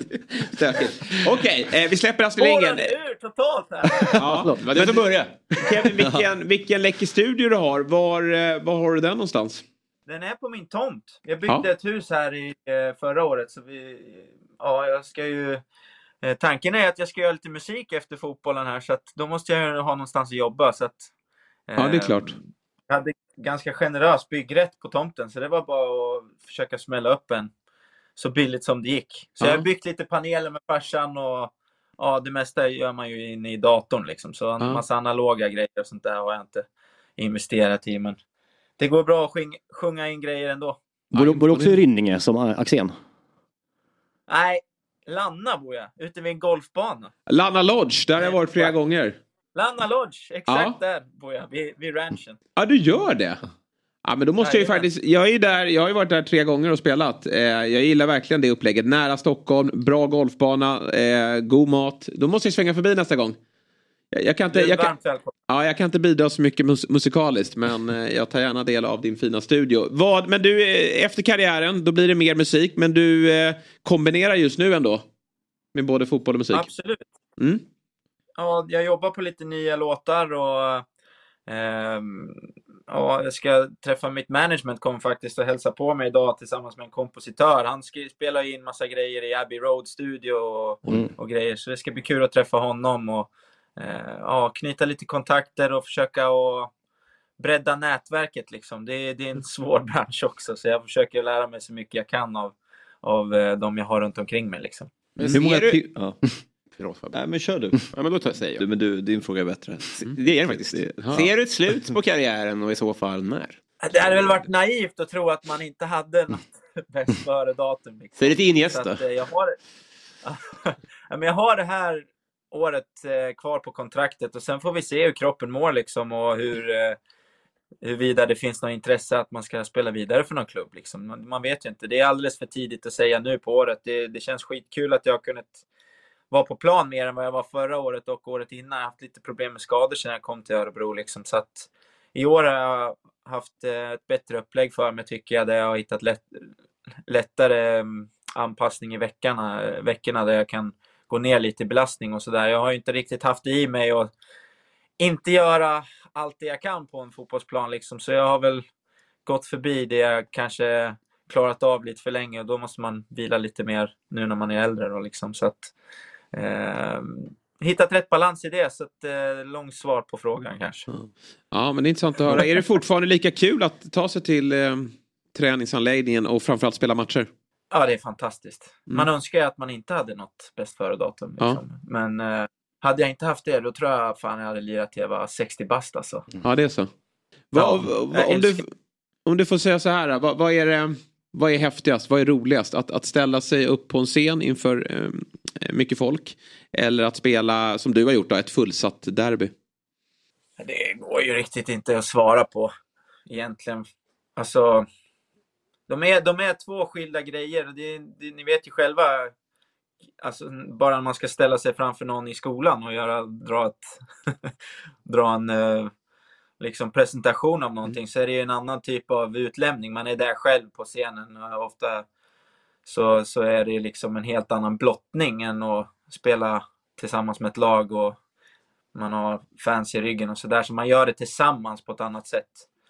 Okej, vi släpper Astrid Lindgren. Totalt här. Men det får börja. Kevin, vilken läcker studio du har. Var har du den någonstans? Den är på min tomt. Jag byggde ett hus här i förra året. Så jag ska ju... tanken är att jag ska göra lite musik efter fotbollen här. Så att då måste jag ha någonstans att jobba. Så att, det är klart. Jag hade ganska generös byggrätt på tomten. Så det var bara att försöka smälla upp en så billigt som det gick. Så jag har byggt lite paneler med farsan och det mesta gör man ju inne i datorn liksom. Så en massa analoga grejer och sånt där har jag inte investerat i. Men det går bra att sjunga in grejer ändå. Bor du också i Rynninge som Axén? Nej, Lanna bor jag. Ute vid en golfbana. Lanna Lodge, där har jag varit flera gånger. Lanna Lodge, exakt där bor jag. Vid ranchen. Ja, du gör det? Ja, men då måste jag ju faktiskt... Jag har ju varit där 3 gånger och spelat. Jag gillar verkligen det upplägget. Nära Stockholm, bra golfbana, god mat. Då måste jag svänga förbi nästa gång. Jag kan inte bidra så mycket musikaliskt, men jag tar gärna del av din fina studio. Men du, efter karriären, då blir det mer musik, men du kombinerar just nu ändå med både fotboll och musik? Absolut. Ja, jag jobbar på lite nya låtar och jag ska träffa mitt management, kommer faktiskt att hälsa på mig idag tillsammans med en kompositör. Han spelar in massa grejer i Abbey Road Studio och grejer, så det ska bli kul att träffa honom och knyta lite kontakter och försöka att bredda nätverket liksom. Det är en svår bransch också, så jag försöker lära mig så mycket jag kan av de jag har runt omkring mig liksom. Hur många Nej, men kör du. Ja, men då säger jag. Men din fråga är bättre. Det är det faktiskt. Ser du ett slut på karriären och i så fall när? Det hade väl varit naivt att tro att man inte hade något bäst före datum. Liksom. Så är det lite ingäst då? Jag har det här året kvar på kontraktet och sen får vi se hur kroppen mår liksom, och huruvida det finns något intresse att man ska spela vidare för någon klubb. Liksom. Man vet ju inte. Det är alldeles för tidigt att säga nu på året. Det känns skitkul att jag har kunnat vara på plan mer än vad jag var förra året och året innan. Jag har haft lite problem med skador sedan jag kom till Örebro. Liksom. Så att i år har jag haft ett bättre upplägg för mig, tycker jag. Där jag har hittat lättare anpassning i veckorna där jag kan gå ner lite i belastning och sådär. Jag har ju inte riktigt haft det i mig och inte göra allt det jag kan på en fotbollsplan. Liksom. Så jag har väl gått förbi det jag kanske klarat av lite för länge, och då måste man vila lite mer nu när man är äldre. Då, liksom. Så att hittat rätt balans i det, så att långt svar på frågan kanske. Ja, men det är intressant att höra. Är det fortfarande lika kul att ta sig till träningsanläggningen och framförallt spela matcher? Ja, det är fantastiskt. Man önskar ju att man inte hade något bäst före datum. Liksom. Ja. Men hade jag inte haft det, då tror jag fan jag hade lirat till jag var 60 bast alltså. Ja, det är så. Om du får säga så här, vad är häftigast? Vad är roligast? Att ställa sig upp på en scen inför mycket folk? Eller att spela, som du har gjort då, ett fullsatt derby? Det går ju riktigt inte att svara på egentligen. Alltså, de är två skilda grejer. Ni vet ju själva, alltså, bara när man ska ställa sig framför någon i skolan och dra en liksom presentation av någonting, så är det ju en annan typ av utlämning. Man är där själv på scenen, och ofta så är det liksom en helt annan blottning än att spela tillsammans med ett lag och man har fans i ryggen och sådär. Så man gör det tillsammans på ett annat sätt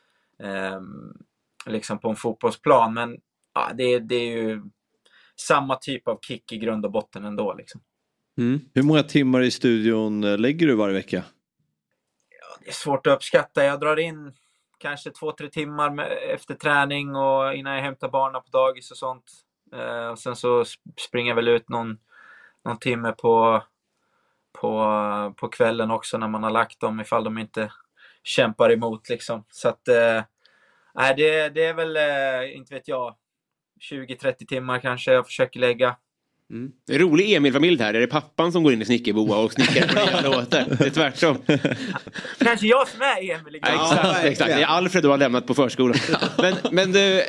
liksom på en fotbollsplan. Men ja, det är ju samma typ av kick i grund och botten ändå liksom. Hur många timmar i studion lägger du varje vecka? Det är svårt att uppskatta. Jag drar in kanske 2-3 timmar efter träning och innan jag hämtar barnen på dagis och sånt. Och sen så springer jag väl ut någon timme på kvällen också när man har lagt dem, ifall de inte kämpar emot liksom. Så att det är väl inte vet jag 20-30 timmar kanske jag försöker lägga. Det är rolig Emil-familj här. Är det pappan som går in i snickerboa och snickar på nya låtar? Det är tvärtom. Kanske jag som är Emil. Ja, exakt. Det är Alfred du har lämnat på förskolan. Men du,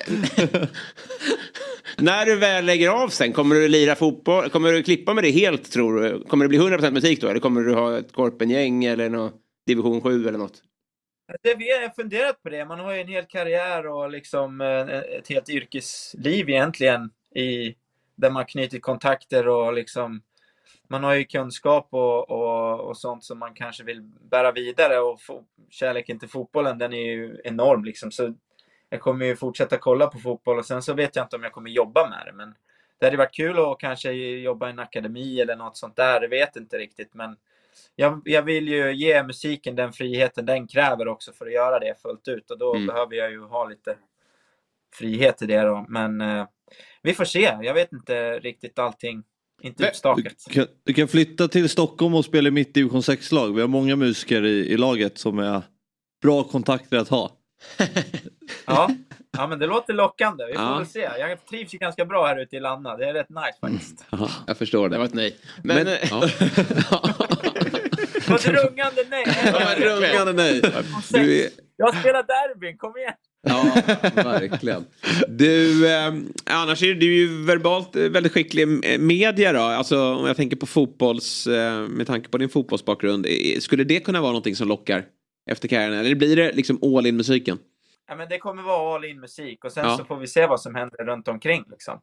när du väl lägger av sen, kommer du lira fotboll? Kommer du klippa med det helt, tror du? Kommer det bli 100% musik då? Eller kommer du ha ett korpengäng eller något division 7 eller något? Vi har funderat på det. Man har ju en hel karriär och liksom ett helt yrkesliv egentligen där man knyter kontakter och liksom man har ju kunskap och sånt som man kanske vill bära vidare, och kärleken till fotbollen, den är ju enorm liksom. Så jag kommer ju fortsätta kolla på fotboll, och sen så vet jag inte om jag kommer jobba med det, men det hade varit kul att kanske jobba i en akademi eller något sånt där, det vet inte riktigt, men jag vill ju ge musiken den friheten den kräver också för att göra det fullt ut, och då behöver jag ju ha lite frihet i det då, men vi får se, jag vet inte riktigt allting, inte utstakat. Du kan flytta till Stockholm och spela i mitt division 6-lag. Vi har många musiker i laget som är bra kontakter att ha. Ja, men det låter lockande. Vi får väl se. Jag trivs ju ganska bra här ute i Lanna. Det är rätt nice faktiskt. Aha, jag förstår det. Det var ett nej. Men Vad rungande nej. Rungande nej. Jag spelar derbyn, kom igen. Ja, verkligen. Du, annars är du ju verbalt väldigt skicklig media då. Alltså om jag tänker på med tanke på din fotbollsbakgrund. Skulle det kunna vara någonting som lockar efter karriären? Eller blir det liksom all in musiken? Ja, men det kommer vara all in musik. Och sen så får vi se vad som händer runt omkring liksom.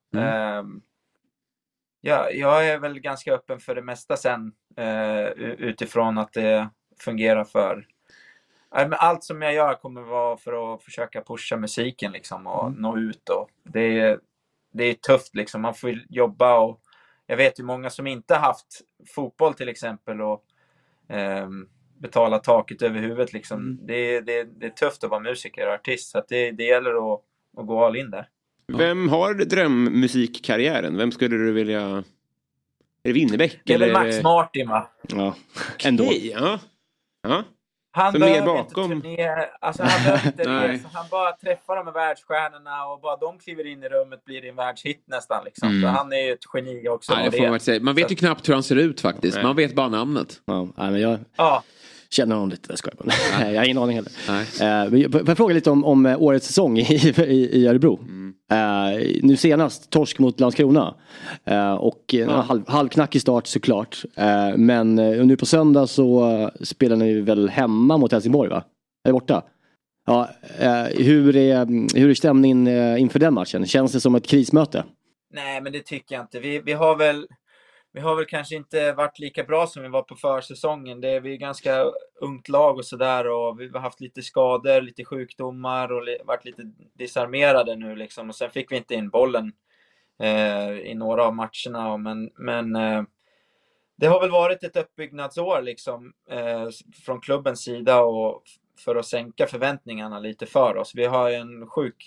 Jag är väl ganska öppen för det mesta sen. Utifrån att det fungerar för... Allt som jag gör kommer vara för att försöka pusha musiken liksom, och nå ut. Och det är tufft liksom. Man får jobba, och jag vet ju många som inte haft fotboll till exempel och betala taket över huvudet liksom. Det är tufft att vara musiker och artist, så att det gäller att gå all in där. Vem har drömmusikkarriären? Vem skulle du vilja... Är det Winnerbäck? Det är väl Max Martin, va? Ja, ändå. Ja. Han behöver inte turné, alltså han behöver inte resa, han bara träffar de med världsstjärnorna och bara de kliver in i rummet blir det en världshit nästan liksom. Så han är ju ett geni också. Nej, det får man säga. Man vet ju knappt hur han ser ut faktiskt. Nej. Man vet bara namnet. Ja, men jag känner honom lite. Jag har ingen aning heller. Får jag fråga lite om årets säsong i Örebro? Nu senast torsk mot Landskrona och halvknackig start såklart, men nu på söndag så spelar ni väl hemma mot Helsingborg, va? Är borta? Ja, hur är stämningen inför den matchen? Känns det som ett krismöte? Nej, men det tycker jag inte. Vi har väl kanske inte varit lika bra som vi var på försäsongen. Vi är ganska ungt lag och sådär, och vi har haft lite skador, lite sjukdomar och varit lite disarmerade nu liksom. Och sen fick vi inte in bollen i några av matcherna, men det har väl varit ett uppbyggnadsår liksom från klubbens sida, och för att sänka förväntningarna lite för oss. Vi har en sjuk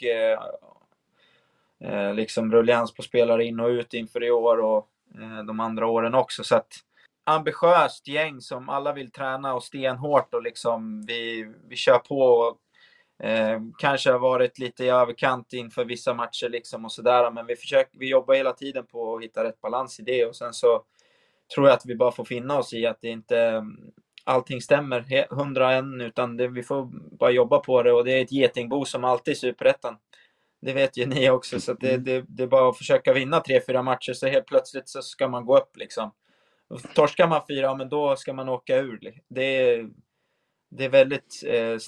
liksom rullians på spelare in och ut inför i år och de andra åren också, så att ambitiöst gäng som alla vill träna och stenhårt, och liksom vi kör på och, kanske har varit lite i överkant inför vissa matcher liksom och sådär, men vi jobbar hela tiden på att hitta rätt balans i det, och sen så tror jag att vi bara får finna oss i att det inte allting stämmer 101, utan vi får bara jobba på det, och det är ett getingbo som alltid i Superettan. Det vet ju ni också, så att det är bara att försöka vinna 3-4 matcher, så helt plötsligt så ska man gå upp liksom. Och torskar man 4, men då ska man åka ur. Det är väldigt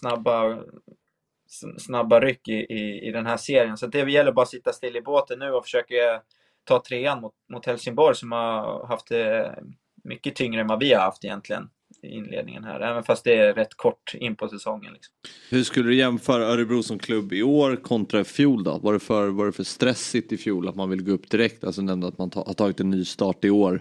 snabba ryck i den här serien, så det gäller bara att sitta still i båten nu och försöka ta 3:an mot Helsingborg, som har haft mycket tyngre än vad vi har haft egentligen i inledningen här, även fast det är rätt kort in på säsongen liksom. Hur skulle du jämföra Örebro som klubb i år kontra i fjol då? Var det för stressigt i fjol att man vill gå upp direkt? Alltså nämnde att man har tagit en ny start i år.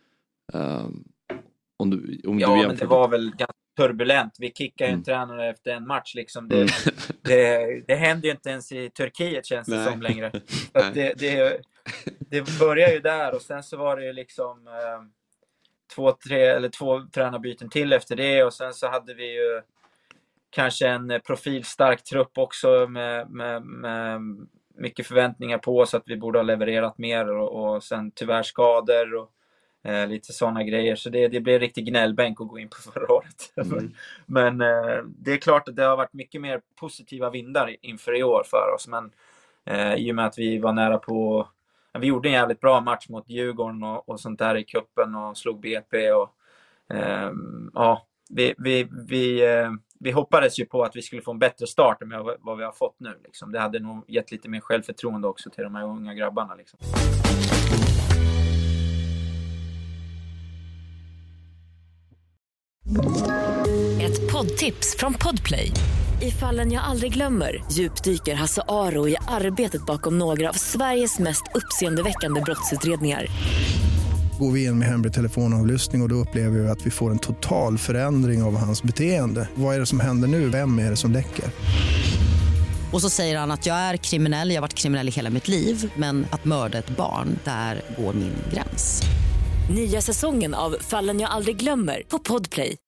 Om du men det var väl ganska turbulent. Vi kickar ju en tränare efter en match liksom. Det händer ju inte ens i Turkiet, känns det som längre. Så att det börjar ju där, och sen så var det ju liksom 2 tränarbyten till efter det, och sen så hade vi ju kanske en profilstark trupp också med mycket förväntningar på oss att vi borde ha levererat mer, och sen tyvärr skador och lite sådana grejer, så det blev riktigt gnällbänk att gå in på förra året. Men det är klart att det har varit mycket mer positiva vindar inför i år för oss, men i och med att vi var nära på. Vi gjorde en jävligt bra match mot Djurgården och sånt där i kuppen och slog BP, och vi hoppades ju på att vi skulle få en bättre start än vad vi har fått nu liksom. Det hade nog gett lite mer självförtroende också till de här unga grabbarna liksom. Ett poddtips från Podplay. I Fallen jag aldrig glömmer djupdyker Hasse Aro i arbetet bakom några av Sveriges mest uppseendeväckande brottsutredningar. Går vi in med hemlig telefonavlyssning och då upplever vi att vi får en total förändring av hans beteende. Vad är det som händer nu? Vem är det som läcker? Och så säger han att jag är kriminell, jag har varit kriminell i hela mitt liv, men att mörda ett barn, där går min gräns. Nya säsongen av Fallen jag aldrig glömmer på Podplay.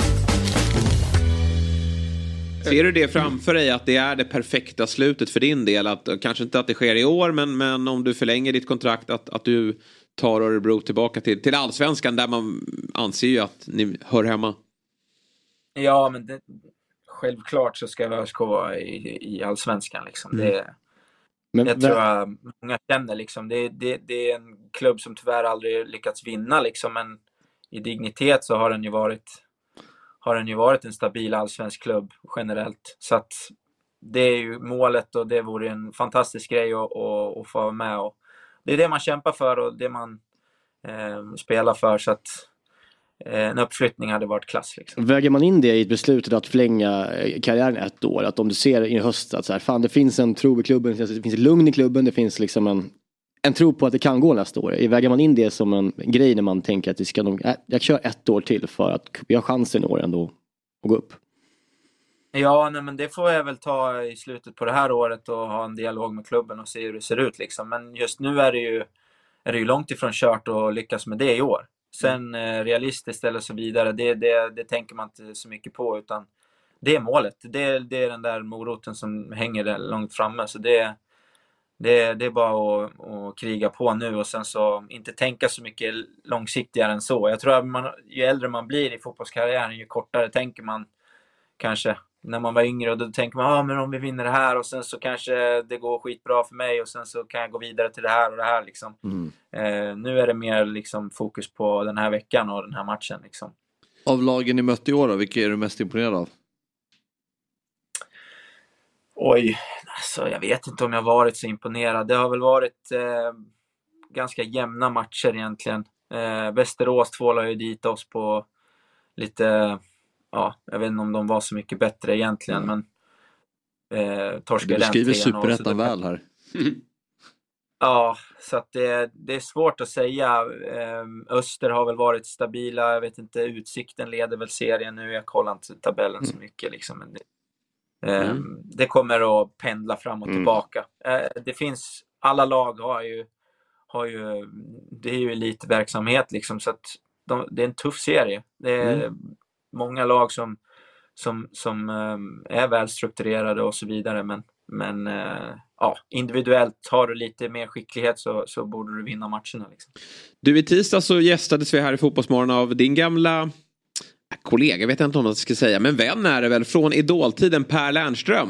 Ser du det framför dig, att det är det perfekta slutet för din del? Att, kanske inte att det sker i år, men om du förlänger ditt kontrakt, att du tar Örebro tillbaka till allsvenskan, där man anser ju att ni hör hemma. Ja, men självklart så ska ÖSK vara i allsvenskan liksom. Men det tror jag många känner liksom. Det är en klubb som tyvärr aldrig lyckats vinna liksom, men i dignitet så har den ju varit en stabil allsvensk klubb generellt. Så att det är ju målet, och det vore en fantastisk grej att få vara med, och det är det man kämpar för och det man spelar för, så att en uppflyttning hade varit klass liksom. Väger man in det i beslutet att förlänga karriären ett år, att om du ser i höst att så här, fan, det finns en tro i klubben, det finns ett lugn i klubben, det finns liksom en tro på att det kan gå nästa år. Väger man in det som en grej när man tänker att jag kör ett år till för att vi har chansen i år ändå att gå upp? Ja, nej, men det får jag väl ta i slutet på det här året och ha en dialog med klubben och se hur det ser ut liksom. Men just nu är det ju långt ifrån kört att lyckas med det i år. Sen realistiskt eller så vidare, det tänker man inte så mycket på, utan det är målet. Det är den där moroten som hänger där långt framme, så det är bara att kriga på nu och sen så inte tänka så mycket långsiktigare än så. Jag tror att ju äldre man blir i fotbollskarriären, ju kortare tänker man kanske. När man var yngre, och då tänker man men om vi vinner det här och sen så kanske det går skitbra för mig och sen så kan jag gå vidare till det här och det här liksom. Nu är det mer liksom fokus på den här veckan och den här matchen liksom. Av lagen ni mött i år då, vilka är du mest imponerad av? Oj, alltså jag vet inte om jag varit så imponerad. Det har väl varit ganska jämna matcher egentligen. Västerås tvålade ju dit oss på lite... Ja, jag vet inte om de var så mycket bättre egentligen, men torskade. Du skriver superettan väl här. Ja, så att det är svårt att säga. Öster har väl varit stabila, jag vet inte, Utsikten leder väl serien nu, jag kollar inte tabellen så mycket liksom, men det kommer att pendla fram och tillbaka. Det finns, alla lag har ju det är ju elitverksamhet liksom, så att det är en tuff serie. Det är många lag som är välstrukturerade och så vidare, men individuellt har du lite mer skicklighet så borde du vinna matcherna liksom. Du, i tisdag så gästades vi här i Fotbollsmorgon av din gamla kollega, jag vet inte om jag ska säga, men vän är det väl från idoltiden, Per Lernström.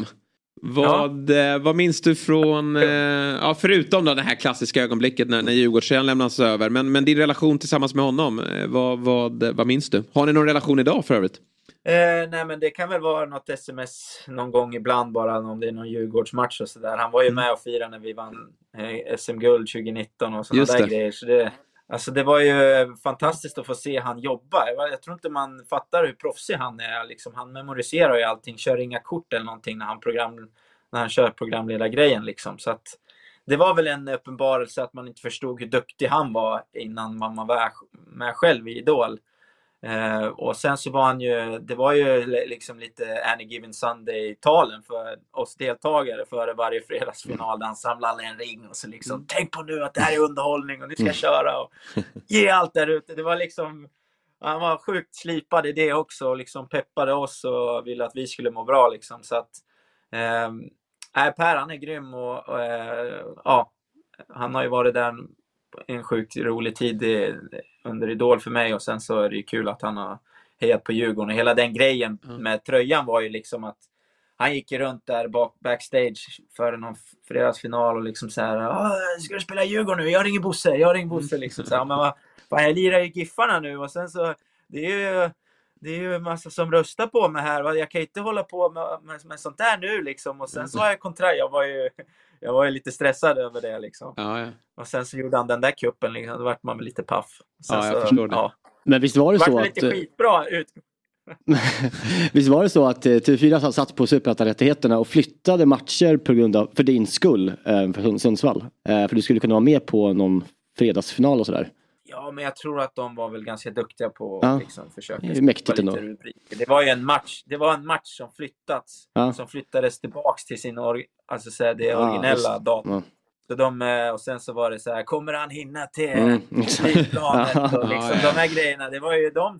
Vad minns du från förutom då det här klassiska ögonblicket när Djurgårdströjan lämnas över, men din relation tillsammans med honom, vad minns du? Har ni någon relation idag för övrigt? Nej, men det kan väl vara något sms någon gång ibland, bara om det är någon Djurgårdsmatch och sådär. Han var ju med och firade när vi vann SM-guld 2019 och sådana där grejer, så det var ju fantastiskt att få se han jobba. Jag tror inte man fattar hur proffsig han är. Liksom, han memoriserar ju allting, kör inga kort eller någonting när han kör programledargrejen. Liksom. Så att det var väl en uppenbarelse att man inte förstod hur duktig han var innan man var med själv i Idol. Och sen så var han ju, det var ju liksom lite Any Given Sunday-talen för oss deltagare före varje fredagsfinal, där han samlade alla en ring och så liksom, tänk på nu att det här är underhållning och ni ska köra och ge allt där ute. Det var liksom, han var sjukt slipad i det också och liksom peppade oss och ville att vi skulle må bra liksom. Så att Per, han är grym och han har ju varit där en sjukt rolig tid under Idol för mig, och sen så är det ju kul att han har hejat på Djurgården, och hela den grejen med tröjan var ju liksom att han gick runt där backstage för någon fredagsfinal och liksom så här, ska du spela Djurgården nu? Jag ringer Bosse liksom så här, men vad jag lirar ju Giffarna nu, och sen så det är ju en massa som röstar på mig här, jag kan inte hålla på med sånt där nu liksom, och sen så har jag kontrakt, jag var ju lite stressad över det liksom. Ja. Och sen så gjorde han den där kuppen liksom, då vart man väl lite paff. Sen jag förstår det. Ja. Men visst var det så att lite skitbra ut. Visst var det så att TV4 satt på superettan-rättigheterna och flyttade matcher på grund av, för din skull, för Sundsvall. För du skulle kunna vara med på någon fredagsfinal och sådär. Ja, men jag tror att de var väl ganska duktiga på att liksom försöka mäktigt ändå. Det var ju en match som som flyttades tillbaks till sin det originella datum. Så och sen så var det så här, kommer han hinna till planet och liksom de här grejerna, det var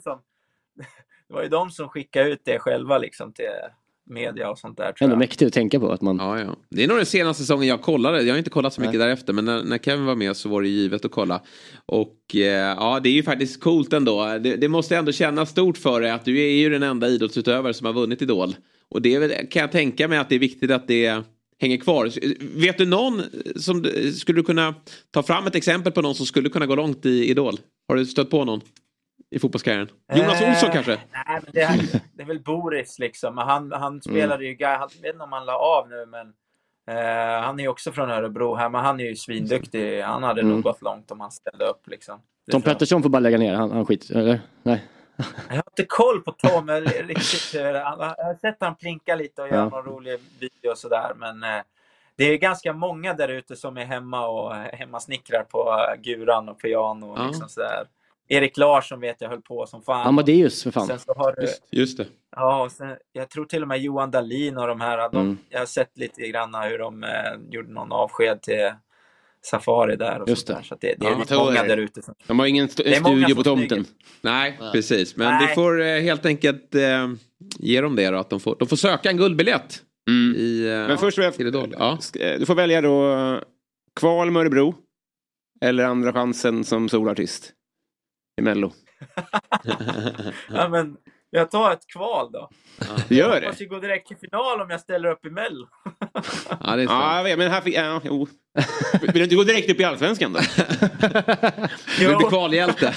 ju de som skickade ut det själva liksom till media och sånt där. Ändå mäktigt att tänka på att man... Ja. Det är nog den senaste säsongen jag kollade. Jag har inte kollat så mycket därefter, men när Kevin var med så var det givet att kolla. Och det är ju faktiskt coolt ändå. Det måste ändå kännas stort för dig att du är ju den enda idrottsutövare som har vunnit Idol. Och det är väl, kan jag tänka mig att det är viktigt att det hänger kvar. Vet du någon som skulle kunna ta fram ett exempel på någon som skulle kunna gå långt i Idol? Har du stött på någon i fotbollskarriären? Jonas Olsson kanske? Nej, men det är väl Boris liksom. Han spelade ju, jag vet inte om han la av nu, men han är ju också från Örebro här, men han är ju svinduktig. Han hade nog gått långt om han ställde upp liksom. Tom Pettersson får bara lägga ner, han skit, eller? Nej. Jag har inte koll på Tom riktigt. Jag har sett han plinka lite och göra någon rolig video och sådär, men det är ganska många där ute som är hemma och hemmasnickrar på guran och piano och liksom sådär. Erik Larsson vet jag höll på som fan. Amadeus för fan. Sen så har du, just det. Ja, och sen, jag tror till och med Johan Dahlin och de här. Jag har sett lite grann hur de gjorde någon avsked till Safari där. Och just det. Så det är lite många där ute. De har ingen studio på tomten. Nej, precis. Men vi får helt enkelt ge dem det då. Att de får söka en guldbiljett. Men först du får välja då kval med Örebro. Eller andra chansen som solartist i Mello. Ja, men jag tar ett kval då. Gör det. Jag måste ju gå direkt till final om jag ställer upp i Mello. Ja, det är så. Men här fick vill du inte gå direkt upp i Allsvenskan då? Du blir kvalhjälte.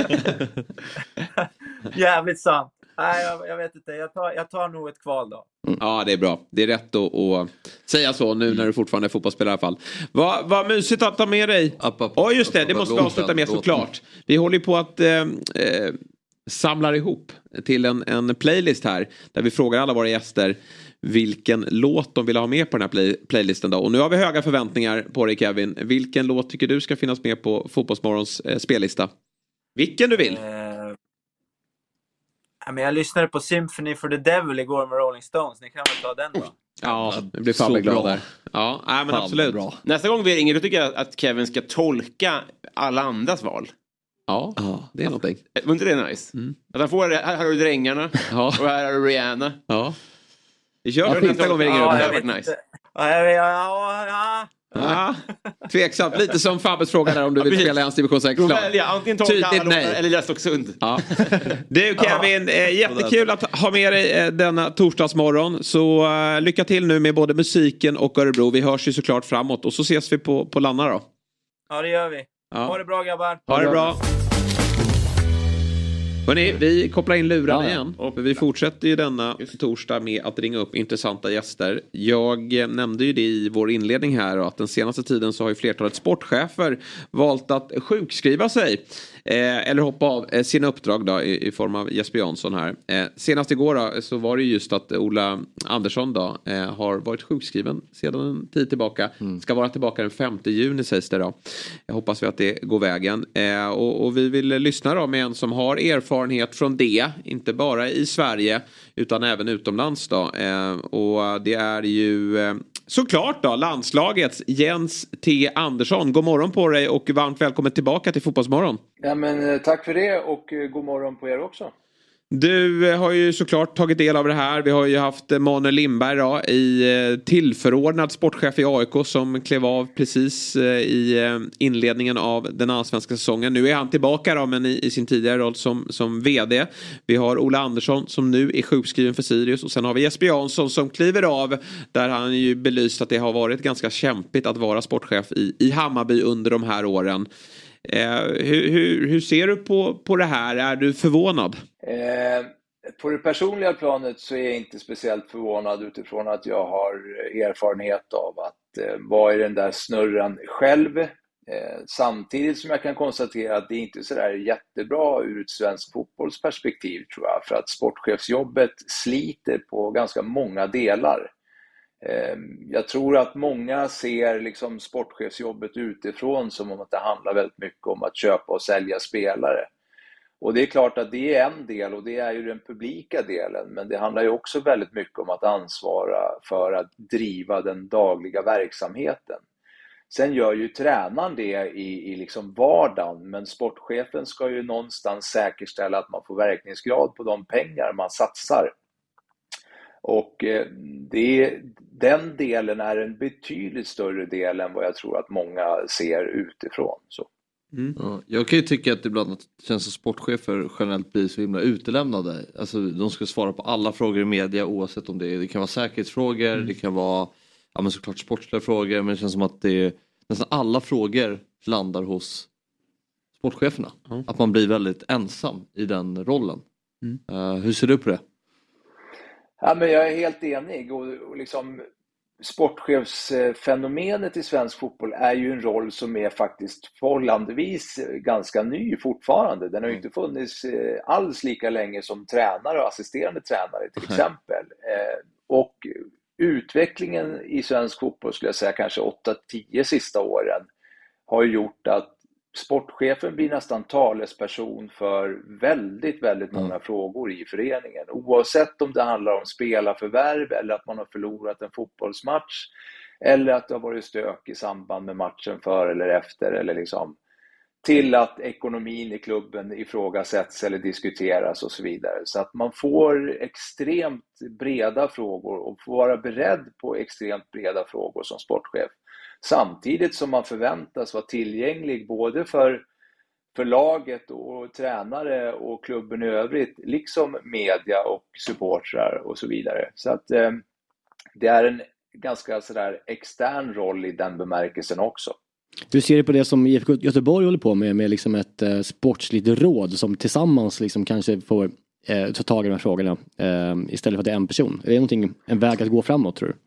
Jävligt sant. Nej, jag vet inte. Jag tar nog ett kval då. Ja, det är bra. Det är rätt att säga så nu när du fortfarande är fotbollsspelare i alla fall. Vad mysigt att ta med dig. Ja, just det. Det måste vi avsluta med såklart. Vi håller på att samlar ihop till en playlist här. Där vi frågar alla våra gäster vilken låt de vill ha med på den här playlisten då. Och nu har vi höga förväntningar på dig, Kevin. Vilken låt tycker du ska finnas med på Fotbollsmorgons spellista? Vilken du vill. Men jag lyssnade på Symphony for the Devil igår med Rolling Stones. Ni kan väl ta den då? Ja, det blir fan glad där. Ja, men absolut. Bra. Nästa gång vi ringer då tycker jag att Kevin ska tolka alla andras val. Ja, det är någonting. Var inte det nice? Att han får, här har du Drängarna och här har du Rihanna. Ja. Vi kör nästa gång vi ringer upp. Det har varit nice. Tveksamt. Lite som Fabbes fråga där om du vill spela i hans division 6. Antingen tolka alla låtar eller läsa också sund. Ja. Du Kevin, jättekul att ha med dig denna torsdagsmorgon. Så lycka till nu med både musiken och Örebro. Vi hörs ju såklart framåt och så ses vi på Lanna då. Ja, det gör vi. Ha det bra grabbar. Ha det bra. Hörrni, vi kopplar in lurarna igen. Och vi fortsätter ju denna torsdag med att ringa upp intressanta gäster. Jag nämnde ju det i vår inledning här att den senaste tiden så har ju flertalet sportchefer valt att sjukskriva sig. Eller hoppa av sina uppdrag då i form av Jesper Jansson här. Senast igår då, så var det just att Ola Andersson då har varit sjukskriven sedan en tid tillbaka. Ska vara tillbaka den 5 juni sägs det då. Jag hoppas vi att det går vägen. Och vi vill lyssna då med en som har erfarenhet från det. Inte bara i Sverige utan även utomlands då. Och det är ju såklart då landslagets Jens T. Andersson. God morgon på dig och varmt välkommen tillbaka till Fotbollsmorgon. Ja, men tack för det och god morgon på er också. Du har ju såklart tagit del av det här. Vi har ju haft Manuel Lindberg då, i tillförordnad sportchef i AIK som klev av precis i inledningen av den allsvenska säsongen. Nu är han tillbaka då, men i sin tidigare roll som vd. Vi har Ola Andersson som nu är sjukskriven för Sirius och sen har vi Jesper Jansson som kliver av där han ju belyst att det har varit ganska kämpigt att vara sportchef i Hammarby under de här åren. Hur ser du på det här? Är du förvånad? På det personliga planet så är jag inte speciellt förvånad utifrån att jag har erfarenhet av att vara i den där snurran själv. Samtidigt som jag kan konstatera att det inte är så där jättebra ur ett svensk fotbollsperspektiv tror jag. För att sportchefsjobbet sliter på ganska många delar. Jag tror att många ser liksom sportchefsjobbet utifrån som om att det handlar väldigt mycket om att köpa och sälja spelare. Och det är klart att det är en del och det är ju den publika delen. Men det handlar ju också väldigt mycket om att ansvara för att driva den dagliga verksamheten. Sen gör ju tränaren det i liksom vardagen, men sportchefen ska ju någonstans säkerställa att man får verkningsgrad på de pengar man satsar. Och den delen är en betydligt större del än vad jag tror att många ser utifrån. Så. Ja, jag kan ju tycka att ibland att det känns som sportchefer generellt blir så himla utelämnade. Alltså de ska svara på alla frågor i media oavsett om det kan vara säkerhetsfrågor, det kan vara men såklart sportsliga frågor, men det känns som att nästan alla frågor landar hos sportcheferna. Att man blir väldigt ensam i den rollen. Hur ser du på det? Ja, men jag är helt enig och liksom sportchefsfenomenet i svensk fotboll är ju en roll som är faktiskt förhållandevis ganska ny fortfarande. Den har ju inte funnits alls lika länge som tränare och assisterande tränare till exempel. Och utvecklingen i svensk fotboll skulle jag säga kanske 8-10 sista åren har gjort att sportchefen blir nästan talesperson för väldigt, väldigt många frågor i föreningen. Oavsett om det handlar om spelarförvärv eller att man har förlorat en fotbollsmatch eller att det har varit stök i samband med matchen för eller efter eller liksom till att ekonomin i klubben ifrågasätts eller diskuteras och så vidare. Så att man får extremt breda frågor och får vara beredd på extremt breda frågor som sportchef. Samtidigt som man förväntas vara tillgänglig både för laget och tränare och klubben i övrigt, liksom media och supportrar och så vidare. Så att det är en ganska sådär extern roll i den bemärkelsen också. Du ser det på det som IFK Göteborg håller på med liksom ett sportsligt råd som tillsammans liksom kanske får ta tag i de här frågorna istället för att det är en person. Är det en väg att gå framåt, tror du?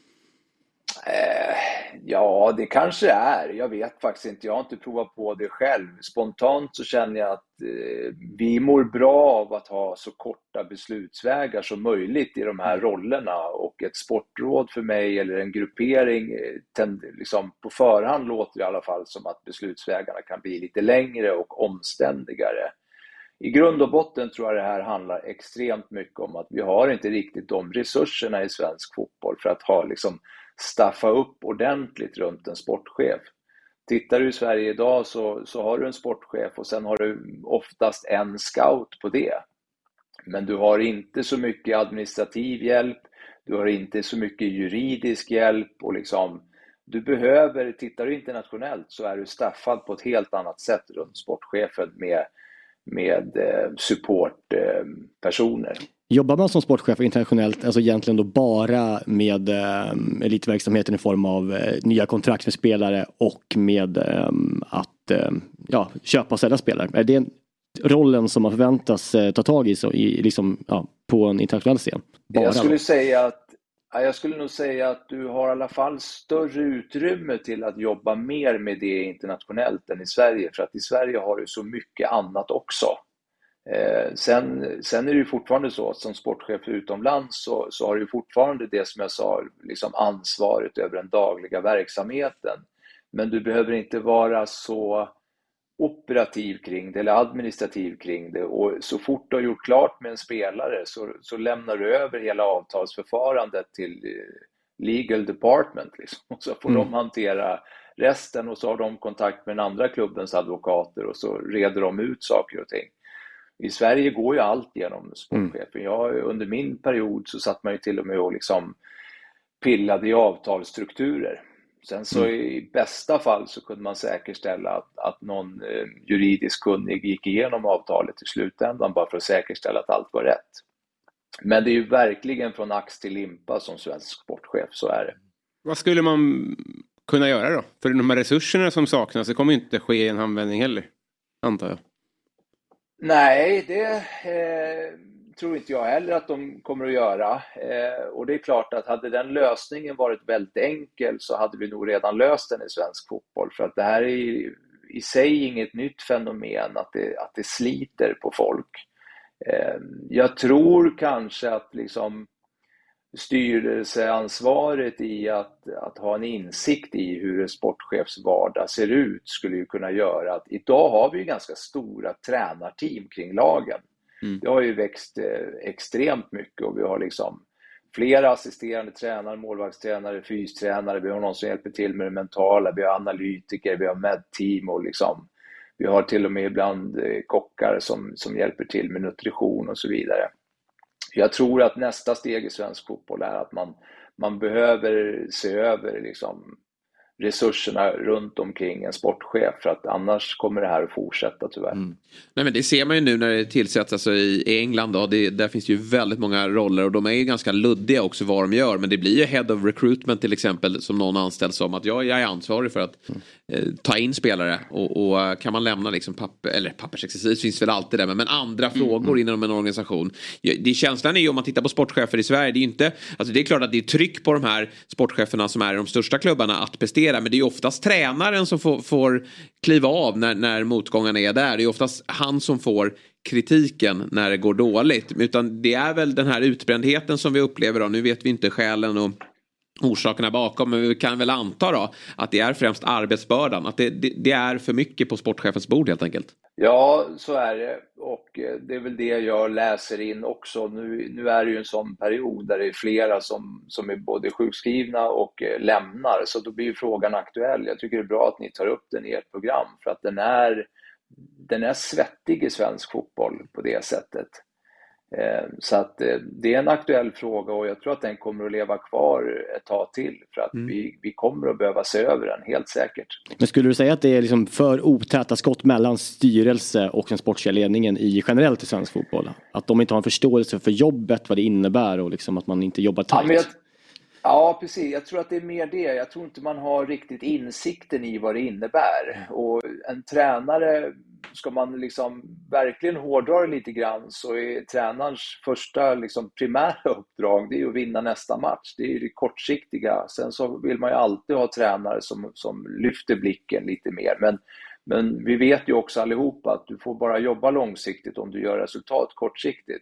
Ja, det kanske är. Jag vet faktiskt inte. Jag har inte provat på det själv. Spontant så känner jag att vi mår bra av att ha så korta beslutsvägar som möjligt i de här rollerna. Och ett sportråd för mig eller en gruppering liksom på förhand låter i alla fall som att beslutsvägarna kan bli lite längre och omständigare. I grund och botten tror jag det här handlar extremt mycket om att vi har inte riktigt de resurserna i svensk fotboll för att ha liksom staffa upp ordentligt runt en sportchef. Tittar du i Sverige idag så har du en sportchef och sen har du oftast en scout på det. Men du har inte så mycket administrativ hjälp, du har inte så mycket juridisk hjälp och liksom tittar du internationellt så är du staffad på ett helt annat sätt runt sportchefen med supportpersoner. Jobbar man som sportchef internationellt, alltså egentligen då bara med elitverksamheten i form av nya kontrakt med spelare och med att köpa och sälja spelare? Är det rollen som man förväntas ta tag i liksom, på en internationell scen? Jag skulle nog säga att du har i alla fall större utrymme till att jobba mer med det internationellt än i Sverige. För att i Sverige har du så mycket annat också. Sen är det ju fortfarande så att som sportchef utomlands så har du fortfarande det som jag sa, liksom ansvaret över den dagliga verksamheten. Men du behöver inte vara så operativ kring det eller administrativ kring det, och så fort du har gjort klart med en spelare så lämnar du över hela avtalsförfarandet till legal department liksom. Och så får de hantera resten och så har de kontakt med den andra klubbens advokater och så reder de ut saker och ting. I Sverige går ju allt genom sportchefen. Under min period så satt man ju till och med och liksom pillade i avtalsstrukturer. Sen så i bästa fall så kunde man säkerställa att någon juridisk kunnig gick igenom avtalet i slutändan bara för att säkerställa att allt var rätt. Men det är ju verkligen från ax till limpa som svensk sportchef, så är det. Vad skulle man kunna göra då? För de här resurserna som saknas, det kommer inte ske i en handvändning heller, antar jag. Nej, det tror inte jag heller att de kommer att göra. Och det är klart att hade den lösningen varit väldigt enkel så hade vi nog redan löst den i svensk fotboll. För att det här är i sig inget nytt fenomen att det sliter på folk. Jag tror kanske att liksom styrelseansvaret i att ha en insikt i hur en sportchefs vardag ser ut skulle ju kunna göra att idag har vi ju ganska stora tränarteam kring lagen. Det har ju växt extremt mycket och vi har liksom flera assisterande tränare, målvaktstränare, fystränare, vi har någon som hjälper till med det mentala, vi har analytiker, vi har medteam och liksom vi har till och med ibland kockar som hjälper till med nutrition och så vidare. Jag tror att nästa steg i svensk fotboll är att man behöver se över liksom resurserna runt omkring en sportchef, för att annars kommer det här att fortsätta tyvärr. Nej, men det ser man ju nu när det tillsätts alltså i England då, där finns ju väldigt många roller och de är ju ganska luddiga också vad de gör, men det blir ju head of recruitment till exempel som någon anställd som att jag är ansvarig för att ta in spelare och kan man lämna liksom pappersexercis finns väl alltid där, men andra frågor inom en organisation. Det känslan är ju om man tittar på sportchefer i Sverige, det är ju inte, alltså det är klart att det är tryck på de här sportcheferna som är i de största klubbarna att prestera, men det är ju oftast tränaren som får kliva av när motgångarna är där. Det är oftast han som får kritiken när det går dåligt. Utan det är väl den här utbrändheten som vi upplever då. Nu vet vi inte skälen och orsakerna bakom, men vi kan väl anta då att det är främst arbetsbördan. Att det är för mycket på sportchefens bord helt enkelt. Ja, så är det. Och det är väl det jag läser in också. Nu är det ju en sån period där det är flera som är både sjukskrivna och lämnar. Så då blir ju frågan aktuell. Jag tycker det är bra att ni tar upp den i ert program. För att den är svettig i svensk fotboll på det sättet. Så att det är en aktuell fråga och jag tror att den kommer att leva kvar ett tag till, för att vi kommer att behöva se över den, helt säkert. Men skulle du säga att det är liksom för otäta skott mellan styrelse och den sportsliga ledningen generellt i svensk fotboll? Att de inte har en förståelse för jobbet, vad det innebär och liksom att man inte jobbar tajt? Ja, precis. Jag tror att det är mer det. Jag tror inte man har riktigt insikten i vad det innebär. Och en tränare, ska man liksom verkligen hårdra det lite grann, så är tränarens första liksom primära uppdrag, det är att vinna nästa match. Det är det kortsiktiga. Sen så vill man ju alltid ha tränare som lyfter blicken lite mer. Men vi vet ju också allihopa att du får bara jobba långsiktigt om du gör resultat kortsiktigt.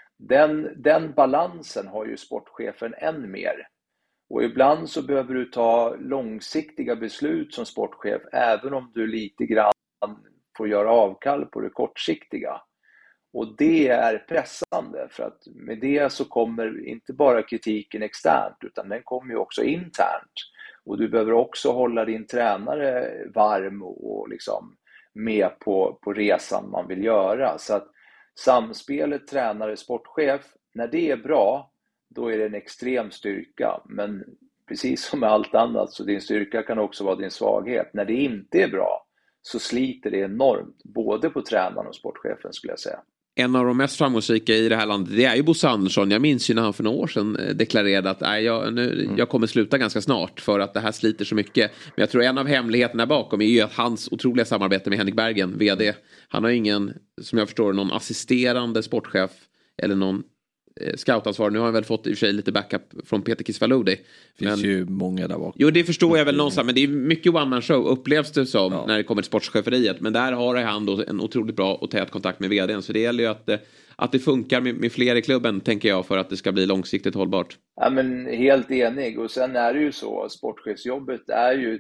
Den balansen har ju sportchefen än mer. Och ibland så behöver du ta långsiktiga beslut som sportchef, även om du lite grann får göra avkall på det kortsiktiga. Och det är pressande, för att med det så kommer inte bara kritiken externt, utan den kommer ju också internt. Och du behöver också hålla din tränare varm och liksom med på resan man vill göra. Så att samspelet tränare-sportchef, när det är bra, då är det en extrem styrka. Men precis som med allt annat, så din styrka kan också vara din svaghet. När det inte är bra så sliter det enormt, både på tränaren och sportchefen, skulle jag säga. En av de mest framgångsrika i det här landet, det är ju Bosse Andersson. Jag minns ju när han för några år sedan deklarerade att jag kommer sluta ganska snart för att det här sliter så mycket. Men jag tror en av hemligheterna bakom är ju att hans otroliga samarbete med Henrik Bergen, vd. Han har ingen, som jag förstår, någon assisterande sportchef eller någon scoutansvar. Nu har han väl fått i och för sig lite backup från Peter Kisvalodi. Finns ju många där bak. Jo, det förstår jag väl någonstans, men det är mycket one-man show upplevs det som när det kommer till sportcheferiet. Men där har han då en otroligt bra och tät kontakt med vdn. Så det gäller ju att det funkar med fler i klubben, tänker jag, för att det ska bli långsiktigt hållbart. Ja, men helt enig. Och sen är det ju så, sportchefsjobbet är ju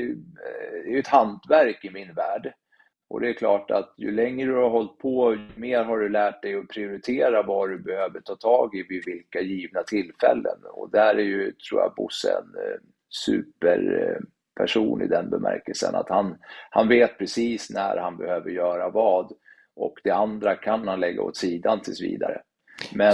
ett hantverk i min värld. Och det är klart att ju längre du har hållit på, ju mer har du lärt dig att prioritera vad du behöver ta tag i vid vilka givna tillfällen. Och där är ju, tror jag, Bosse en superperson i den bemärkelsen att han vet precis när han behöver göra vad, och det andra kan han lägga åt sidan tills vidare. Men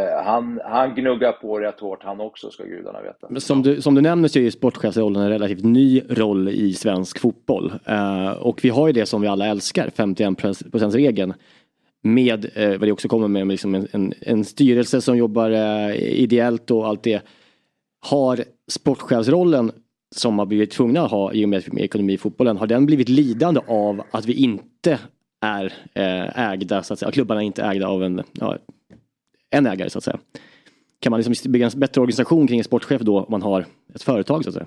han gnuggar på rätt hårt han också, ska gudarna veta. Men som du nämner så är ju sportchefsrollen en relativt ny roll i svensk fotboll. Och vi har ju det som vi alla älskar, 51%-regeln. Med vad det också kommer med liksom en styrelse som jobbar ideellt och allt det. Har sportchefsrollen, som har blivit tvungna att ha i och med ekonomi i fotbollen, har den blivit lidande av att vi inte är ägda, så att säga, klubbarna är inte ägda av en ägare, så att säga. Kan man liksom bygga en bättre organisation kring en sportchef då, om man har ett företag, så att säga?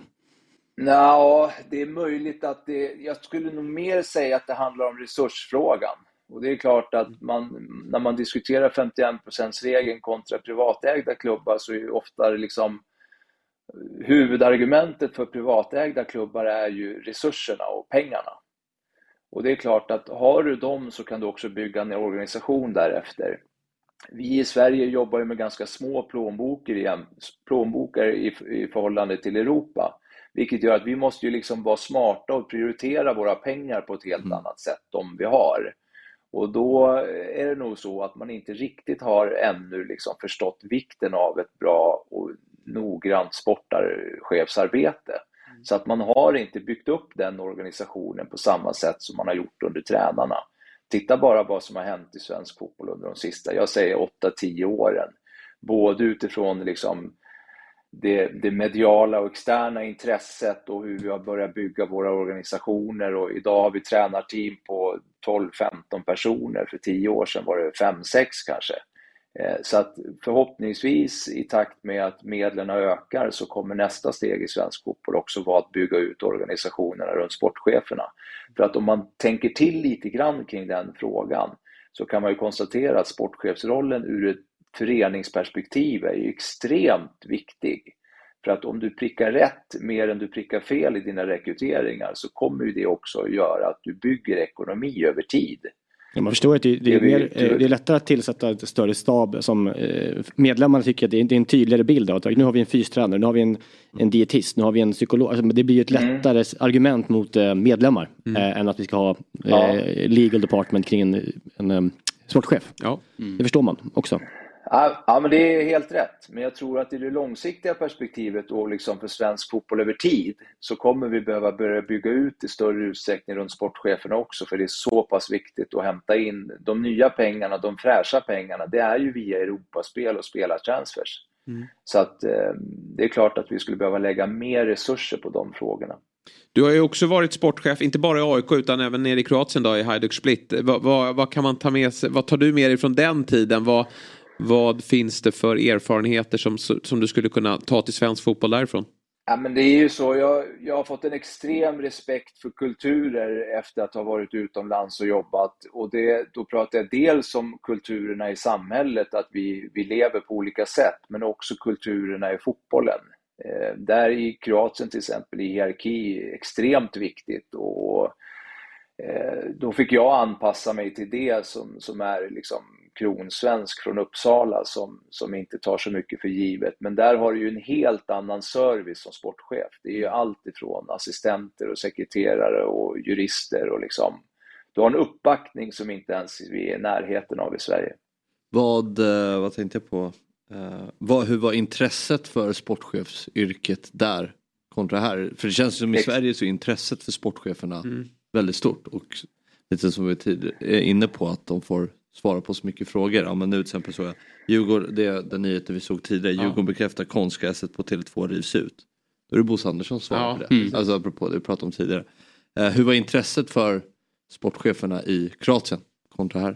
Ja, det är möjligt att jag skulle nog mer säga att det handlar om resursfrågan. Och det är klart att när man diskuterar 51%-regeln kontra privatägda klubbar, så är ju ofta liksom huvudargumentet för privatägda klubbar är ju resurserna och pengarna. Och det är klart att har du dem, så kan du också bygga en organisation därefter. Vi i Sverige jobbar ju med ganska små plånbokar i förhållande till Europa. Vilket gör att vi måste ju liksom vara smarta och prioritera våra pengar på ett helt annat sätt om vi har. Och då är det nog så att man inte riktigt har ännu liksom förstått vikten av ett bra och noggrant sportarchefsarbete. Så att man har inte byggt upp den organisationen på samma sätt som man har gjort under tränarna. Titta bara vad som har hänt i svensk fotboll under de sista, jag säger 8-10 åren. Både utifrån liksom det mediala och externa intresset och hur vi har börjat bygga våra organisationer, och idag har vi tränarteam på 12-15 personer. För 10 år sedan var det 5-6 kanske. Så att förhoppningsvis i takt med att medlen ökar så kommer nästa steg i svensk fotboll också vara att bygga ut organisationerna runt sportcheferna. För att om man tänker till lite grann kring den frågan så kan man ju konstatera att sportchefsrollen ur ett föreningsperspektiv är ju extremt viktig. För att om du prickar rätt mer än du prickar fel i dina rekryteringar så kommer ju det också göra att du bygger ekonomi över tid. Ja, man förstår att det är lättare att tillsätta ett större stab som medlemmarna tycker att det är en tydligare bild av att nu har vi en fystränare, nu har vi en dietist, nu har vi en psykolog. Alltså, det blir ju ett lättare argument mot medlemmar än att vi ska ha legal department kring en sportchef. Ja. Det förstår man också. Ja, men det är helt rätt. Men jag tror att i det långsiktiga perspektivet och liksom för svensk fotboll över tid så kommer vi behöva börja bygga ut i större utsträckning runt sportcheferna också. För det är så pass viktigt att hämta in de nya pengarna, de fräscha pengarna. Det är ju via Europaspel och spelartransfers. Så att det är klart att vi skulle behöva lägga mer resurser på de frågorna. Du har ju också varit sportchef, inte bara i AIK utan även nere i Kroatien då, i Hajduk Split. Vad kan man ta med sig, vad tar du med dig från den tiden? Vad finns det för erfarenheter som du skulle kunna ta till svensk fotboll därifrån? Ja, men det är ju så. Jag har fått en extrem respekt för kulturer efter att ha varit utomlands och jobbat. Och då pratar jag dels om kulturerna i samhället, att vi lever på olika sätt, men också kulturerna i fotbollen. Där i Kroatien till exempel är hierarki extremt viktigt, och då fick jag anpassa mig till det som är liksom kronsvensk från Uppsala som inte tar så mycket för givet. Men där har du ju en helt annan service som sportchef. Det är ju allt ifrån assistenter och sekreterare och jurister och liksom, du har en uppbackning som inte ens vi är i närheten av i Sverige. Vad tänkte jag på? Hur var intresset för sportchefsyrket där kontra här? För det känns som i Sverige så är intresset för sportcheferna väldigt stort, och lite som vi är inne på att de får svara på så mycket frågor. Ja, men nu till exempel så Djurgården, den nyheten vi såg tidigare, Djurgården bekräftar konstgräset på Tele2 rivs ut. Då är det Bosse Andersson som svarar på det. Alltså apropå det vi pratade om tidigare. Hur var intresset för sportcheferna i Kroatien kontra här?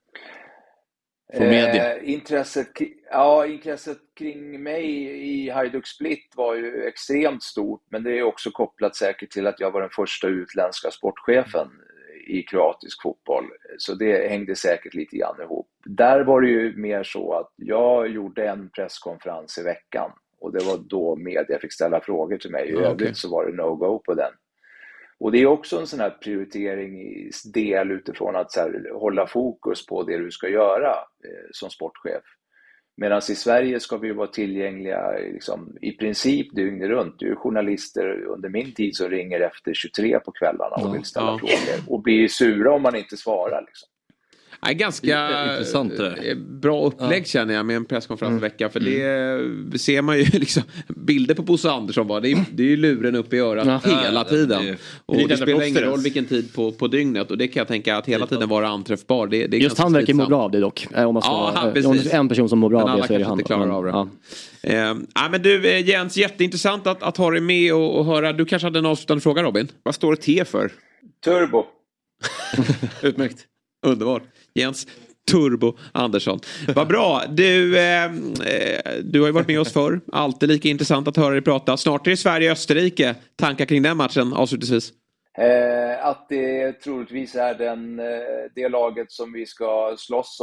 Från media? Intresset kring mig i Hajduk Split var ju extremt stort, men det är också kopplat säkert till att jag var den första utländska sportchefen i kroatisk fotboll. Så det hängde säkert lite grann ihop. Där var det ju mer så att jag gjorde en presskonferens i veckan, och det var då media fick ställa frågor till mig. I övrigt så var det no-go på den. Och det är också en sån här prioriteringsdel utifrån att så här, hålla fokus på det du ska göra som sportchef. Medan i Sverige ska vi vara tillgängliga liksom, i princip dygnet runt. Det är ju journalister under min tid som ringer efter 23 på kvällarna och vill ställa frågor. Och blir sura om man inte svarar. Liksom. Ganska bra upplägg känner jag med en presskonferensvecka. För det ser man ju liksom, bilder på Bosse Andersson var. Det är ju luren upp i örat hela tiden. Och det spelar ingen roll vilken tid på dygnet. Och det kan jag tänka att hela tiden vara anträffbar. Det är just han verkar må bra av det dock. Om man ska, en person som mår bra av det så är det han. Inte klarar av det. Men du Jens, jätteintressant att ha dig med och höra. Du kanske hade en avslutande fråga, Robin. Vad står T för? Turbo. Utmärkt. Underbart. Jens Turbo Andersson. Vad bra. Du har ju varit med oss förr. Alltid lika intressant att höra dig prata. Snart är det Sverige-Österrike. Tankar kring den matchen avslutningsvis? Att det troligtvis är det laget som vi ska slåss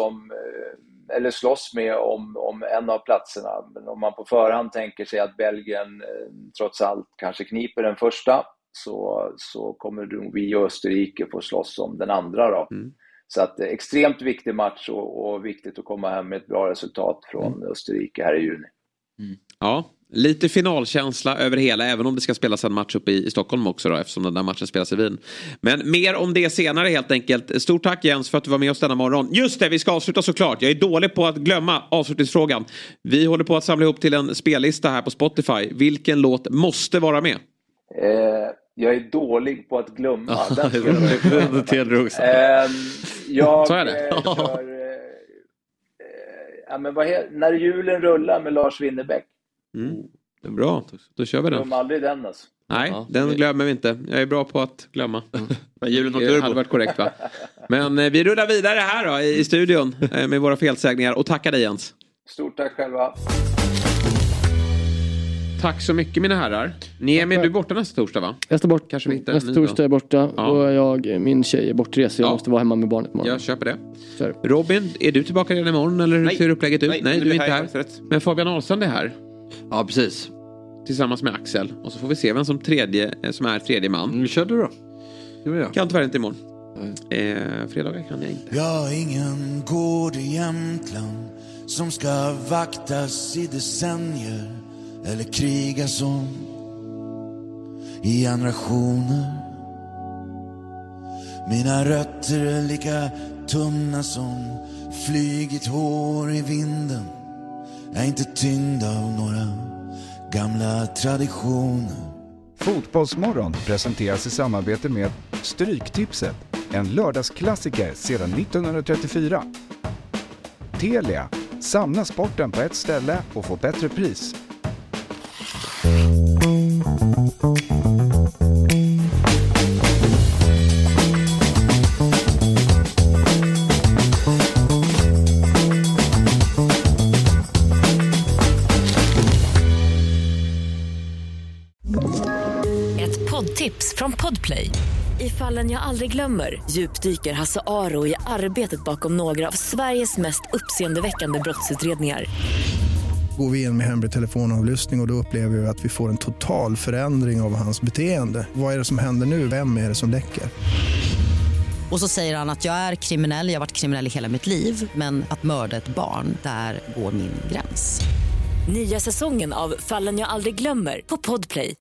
med om en av platserna. Men om man på förhand tänker sig att Belgien trots allt kanske kniper den första, så kommer vi och Österrike få slåss om den andra då. Så att extremt viktig match och viktigt att komma hem med ett bra resultat från Österrike här i juni. Ja, lite finalkänsla över hela, även om det ska spelas en match uppe i Stockholm också då, eftersom den där matchen spelas i Wien. Men mer om det senare helt enkelt. Stort tack Jens för att du var med oss denna morgon. Just det, vi ska avsluta såklart. Jag är dålig på att glömma avslutningsfrågan. Vi håller på att samla ihop till en spellista här på Spotify. Vilken låt måste vara med? Jag är dålig på att glömma. Jag kör, När julen rullar med Lars Winnerbäck. Det är bra, då kör vi den. Glöm aldrig den alltså. Nej, den glömmer vi inte. Jag är bra på att glömma. Men julen det hade varit korrekt, va? Men vi rullar vidare här då, i studion med våra felsägningar. Och tackar dig, Jens. Stort tack själva. Tack så mycket, mina herrar. Niemi, du är borta nästa torsdag, va? Jag står bort. Kanske inte nästa torsdag är jag borta. Och min tjej är bortresa. Jag måste vara hemma med barnet imorgon. Jag köper det. Robin, är du tillbaka redan imorgon? Eller hur ser upplägget ut? Nej, du är inte här. Men Fabian Ahlstrand är här. Ja, precis. Tillsammans med Axel. Och så får vi se vem som är tredje man. Nu kör du då. Kan tyvärr inte imorgon. Fredagar kan jag inte. Jag har ingen gård i Jämtland som ska vaktas i decennier eller krigas om i generationer. Mina rötter är lika tunna som flygigt hår i vinden. Jag är inte tyngd av några gamla traditioner. Fotbollsmorgon presenteras i samarbete med Stryktipset, en lördagsklassiker sedan 1934. Telia, samla sporten på ett ställe och få bättre pris. Ett poddtips från Podplay. I Fallen jag aldrig glömmer djupdyker Hasse Aro i arbetet bakom några av Sveriges mest uppseendeväckande brottsutredningar. Går vi in med hemlig telefonavlyssning och då upplever vi att vi får en total förändring av hans beteende. Vad är det som händer nu? Vem är det som läcker? Och så säger han att jag är kriminell, jag har varit kriminell i hela mitt liv. Men att mörda ett barn, där går min gräns. Nya säsongen av Fallen jag aldrig glömmer på Podplay.